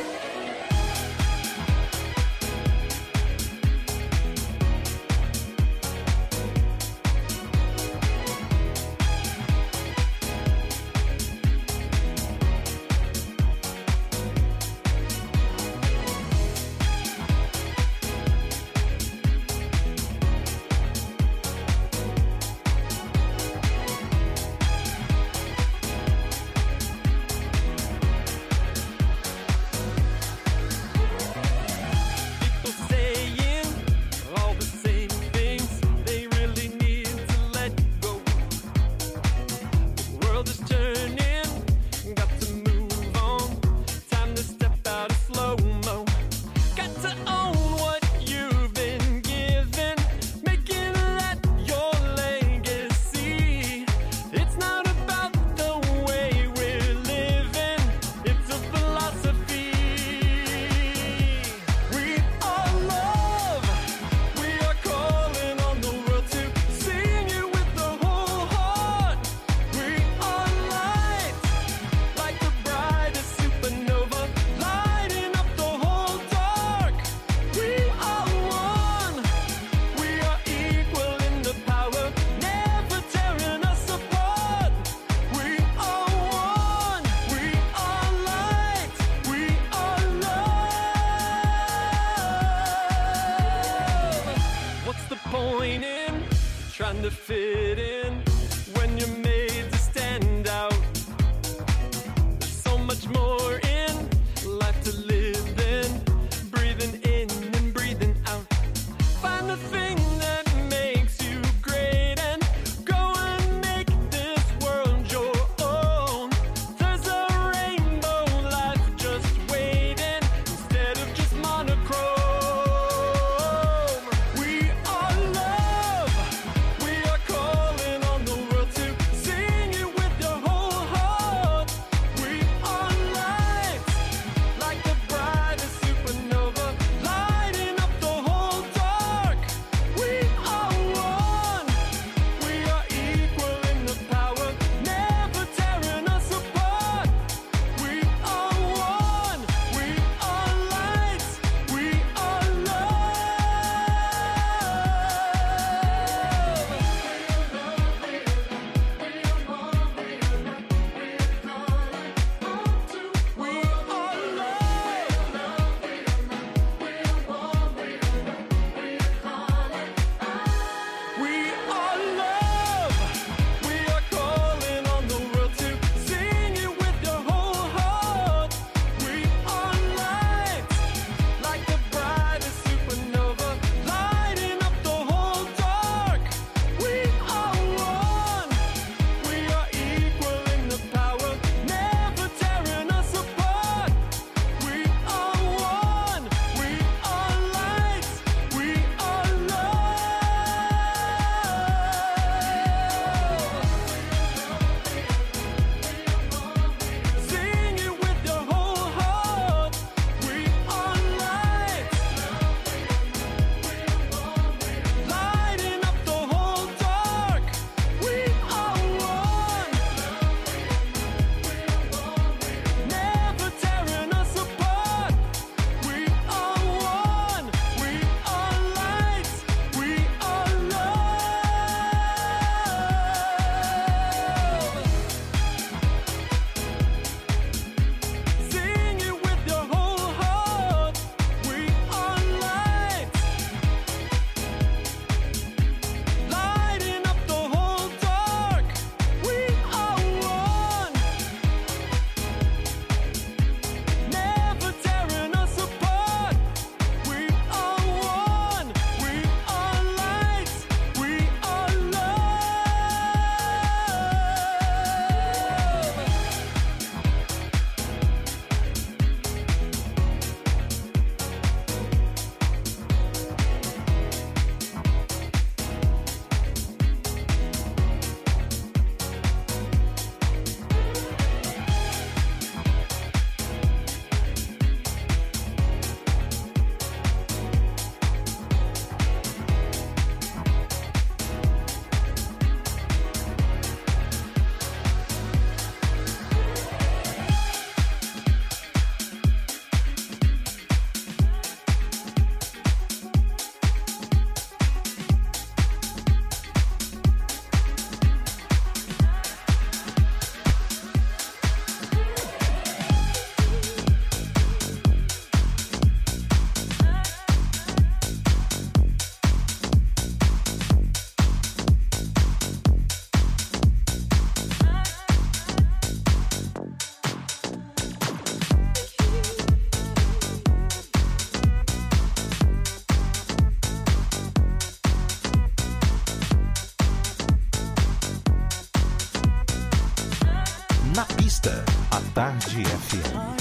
Na pista, a Tarde F M.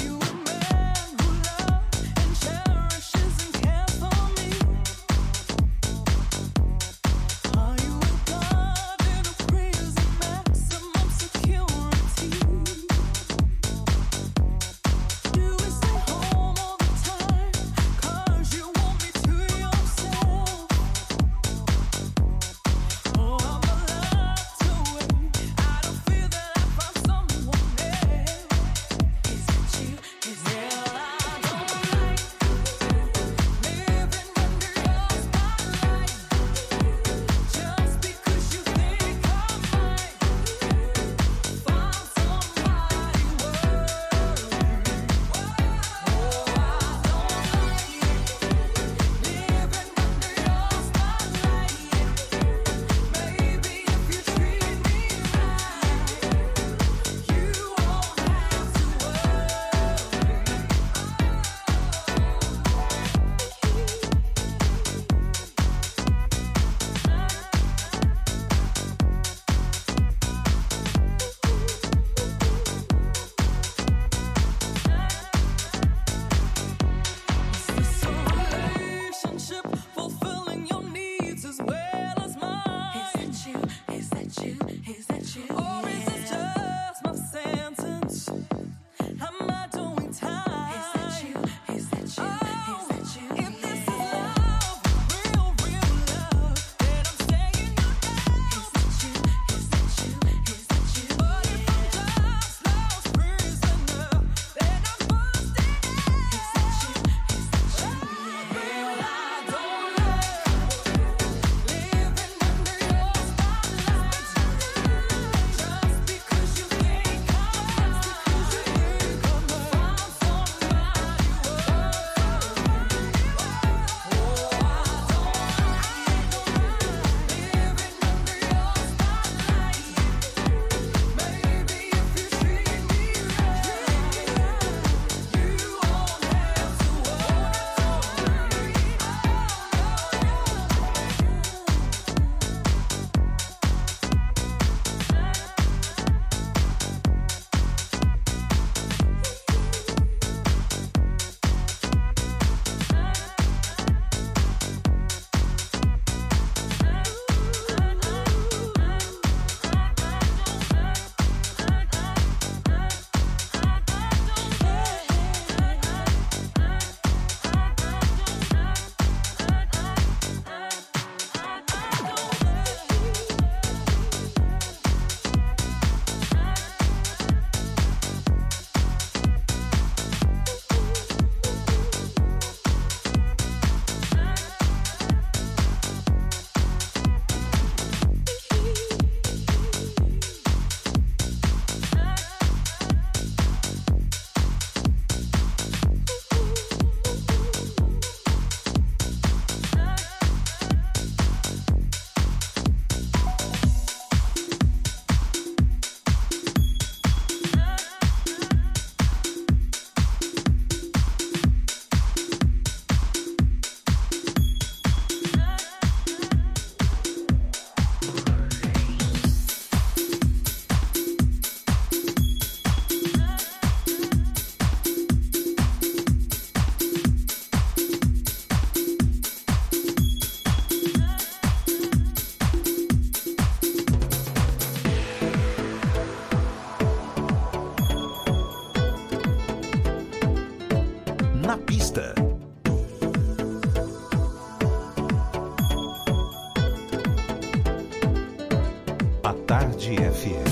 Tarde F M.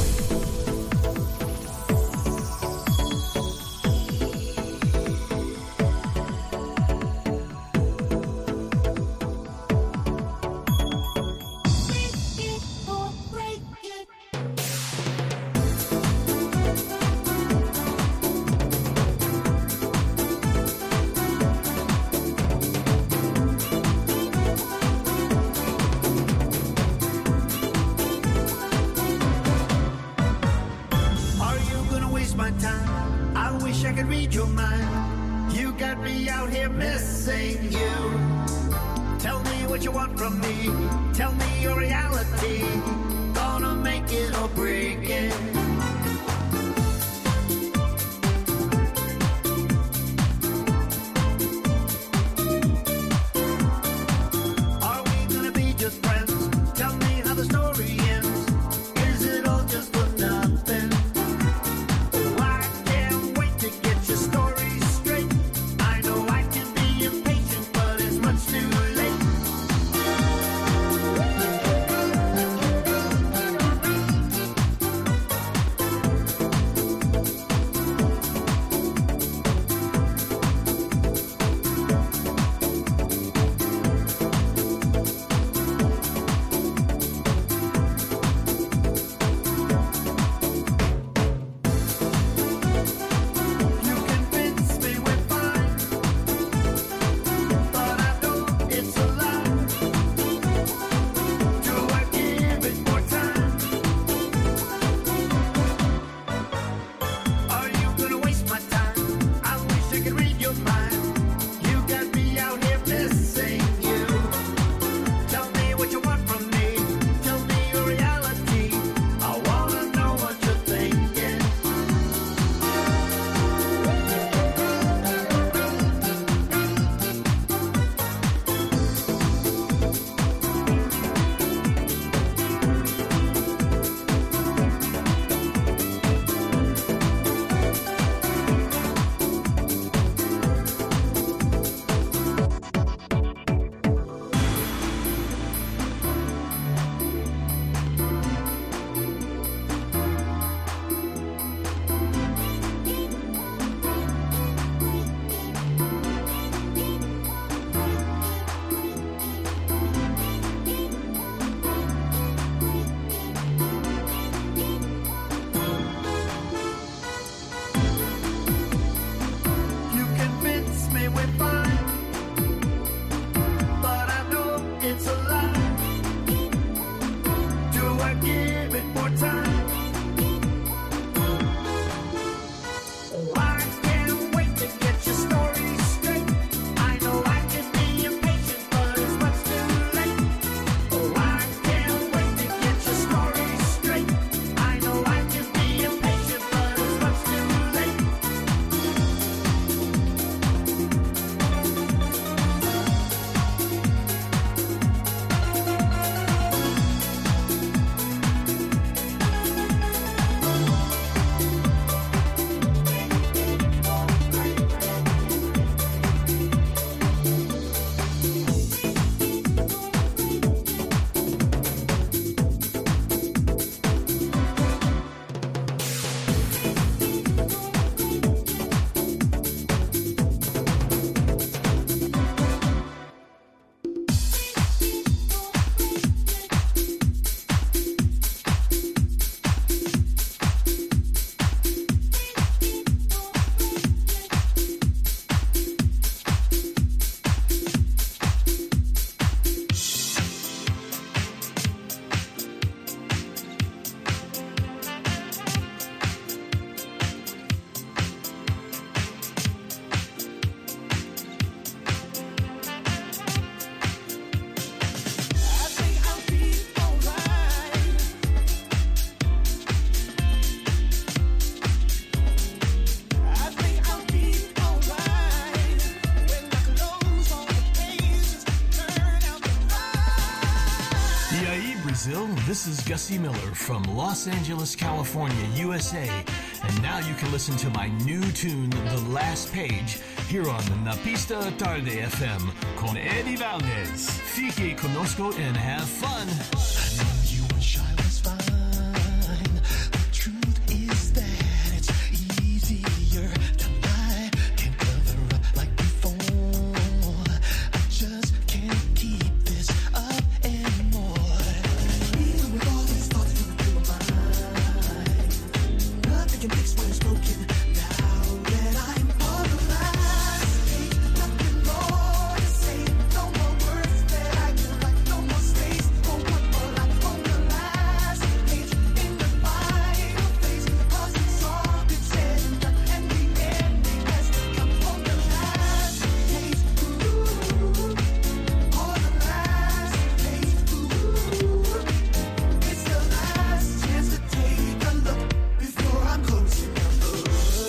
This is Gussie Miller from Los Angeles, California, U S A. And now you can listen to my new tune, The Last Page, here on the Na Pista Tarde F M con Eddie Valdez. Fique conosco and have fun. I know you wish I was fine. The truth is that it's easier to lie. Can't cover up like before. I just can't keep this up anymore. Even with all these thoughts running through my mind, nothing can fix what is broken. Now that I'm on the last page, nothing more to say. No more words that I can write. No more space for one more life on the last page. In the final phase, 'cause it's all been said and done, and the ending has come on the last page. Ooh, on the last page. Ooh, it's the last chance to take a look before I'm closing the book.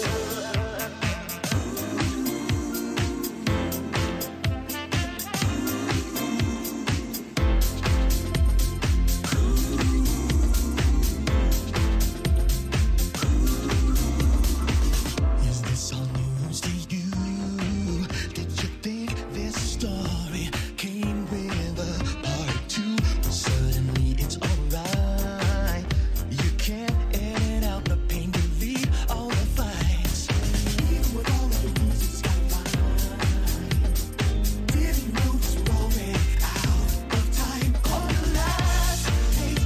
Is this all news to you? Did you think this story came with a part two? Well, suddenly it's alright. You can't edit out the pain, delete all the fights. Even with all of the reasons I find, did you know this we're already out of time? On the last page,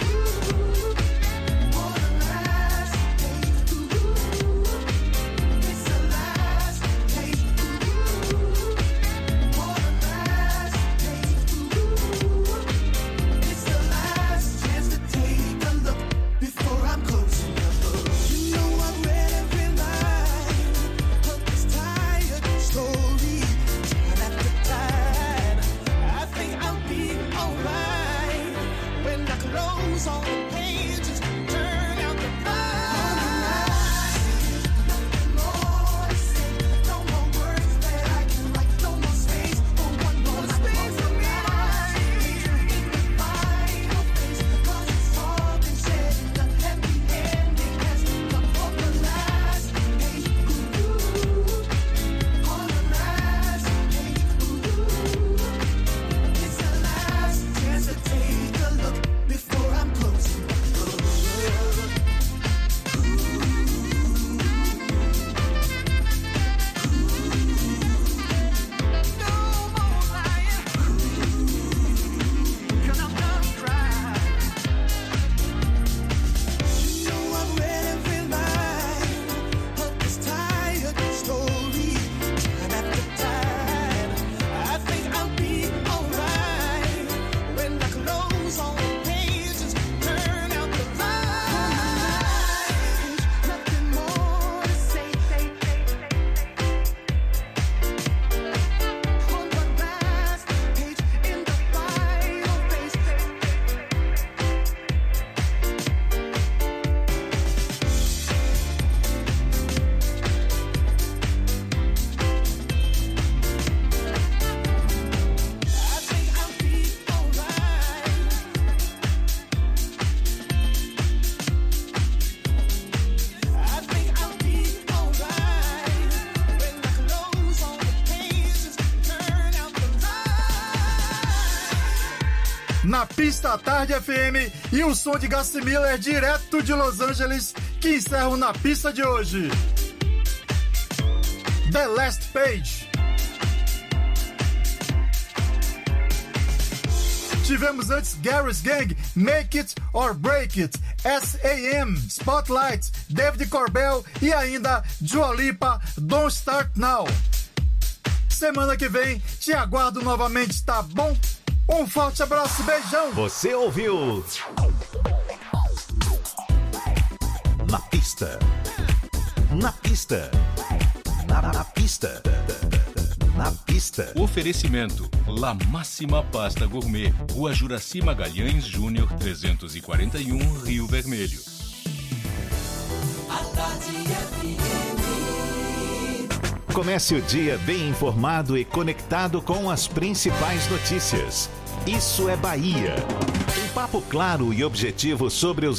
ooh, on the last page, ooh, it's the last page, ooh, on the last page, ooh, it's the last chance to take a look before I'm closing the book. You know I've read every line of this tired story, time after time. I think I'll be alright when I close all the pages, turn out the lights. Nothing more to say, no more words that I can write, no more space for one more life on the last page. In the final phase, 'cause it's all been said and done, and the ending has come on the last page. Ooh, on the last page. Ooh, it's the last chance to take a look before I'm closing the book. No more lying, 'cause I'm done crying. You know I've read every line of this tired story, time after time. I think I'll be alright when I close all the pages, turn out the lights. Nothing more to say. On the last page, in the final phase. I think I'll be alright. I think I'll be alright when I close all the pages, turn out the lights. Na pista Tarde F M e o som de Gussie Miller direto de Los Angeles, que encerram Na Pista de hoje. The Last Page. Tivemos antes Gary's Gang, Make It or Break It, S A M, Spotlight, David Corbell e ainda Dua Lipa, Don't Start Now. Semana que vem te aguardo novamente, tá bom? Um forte abraço, beijão! Você ouviu Na Pista. Na Pista. Na, na Pista. Na Pista. Oferecimento: La Máxima Pasta Gourmet, Rua Juraci Magalhães Júnior trezentos e quarenta e um, Rio Vermelho. A Tarde F M. Comece o dia bem informado e conectado com as principais notícias. Isso é Bahia. papo claro e objetivo sobre os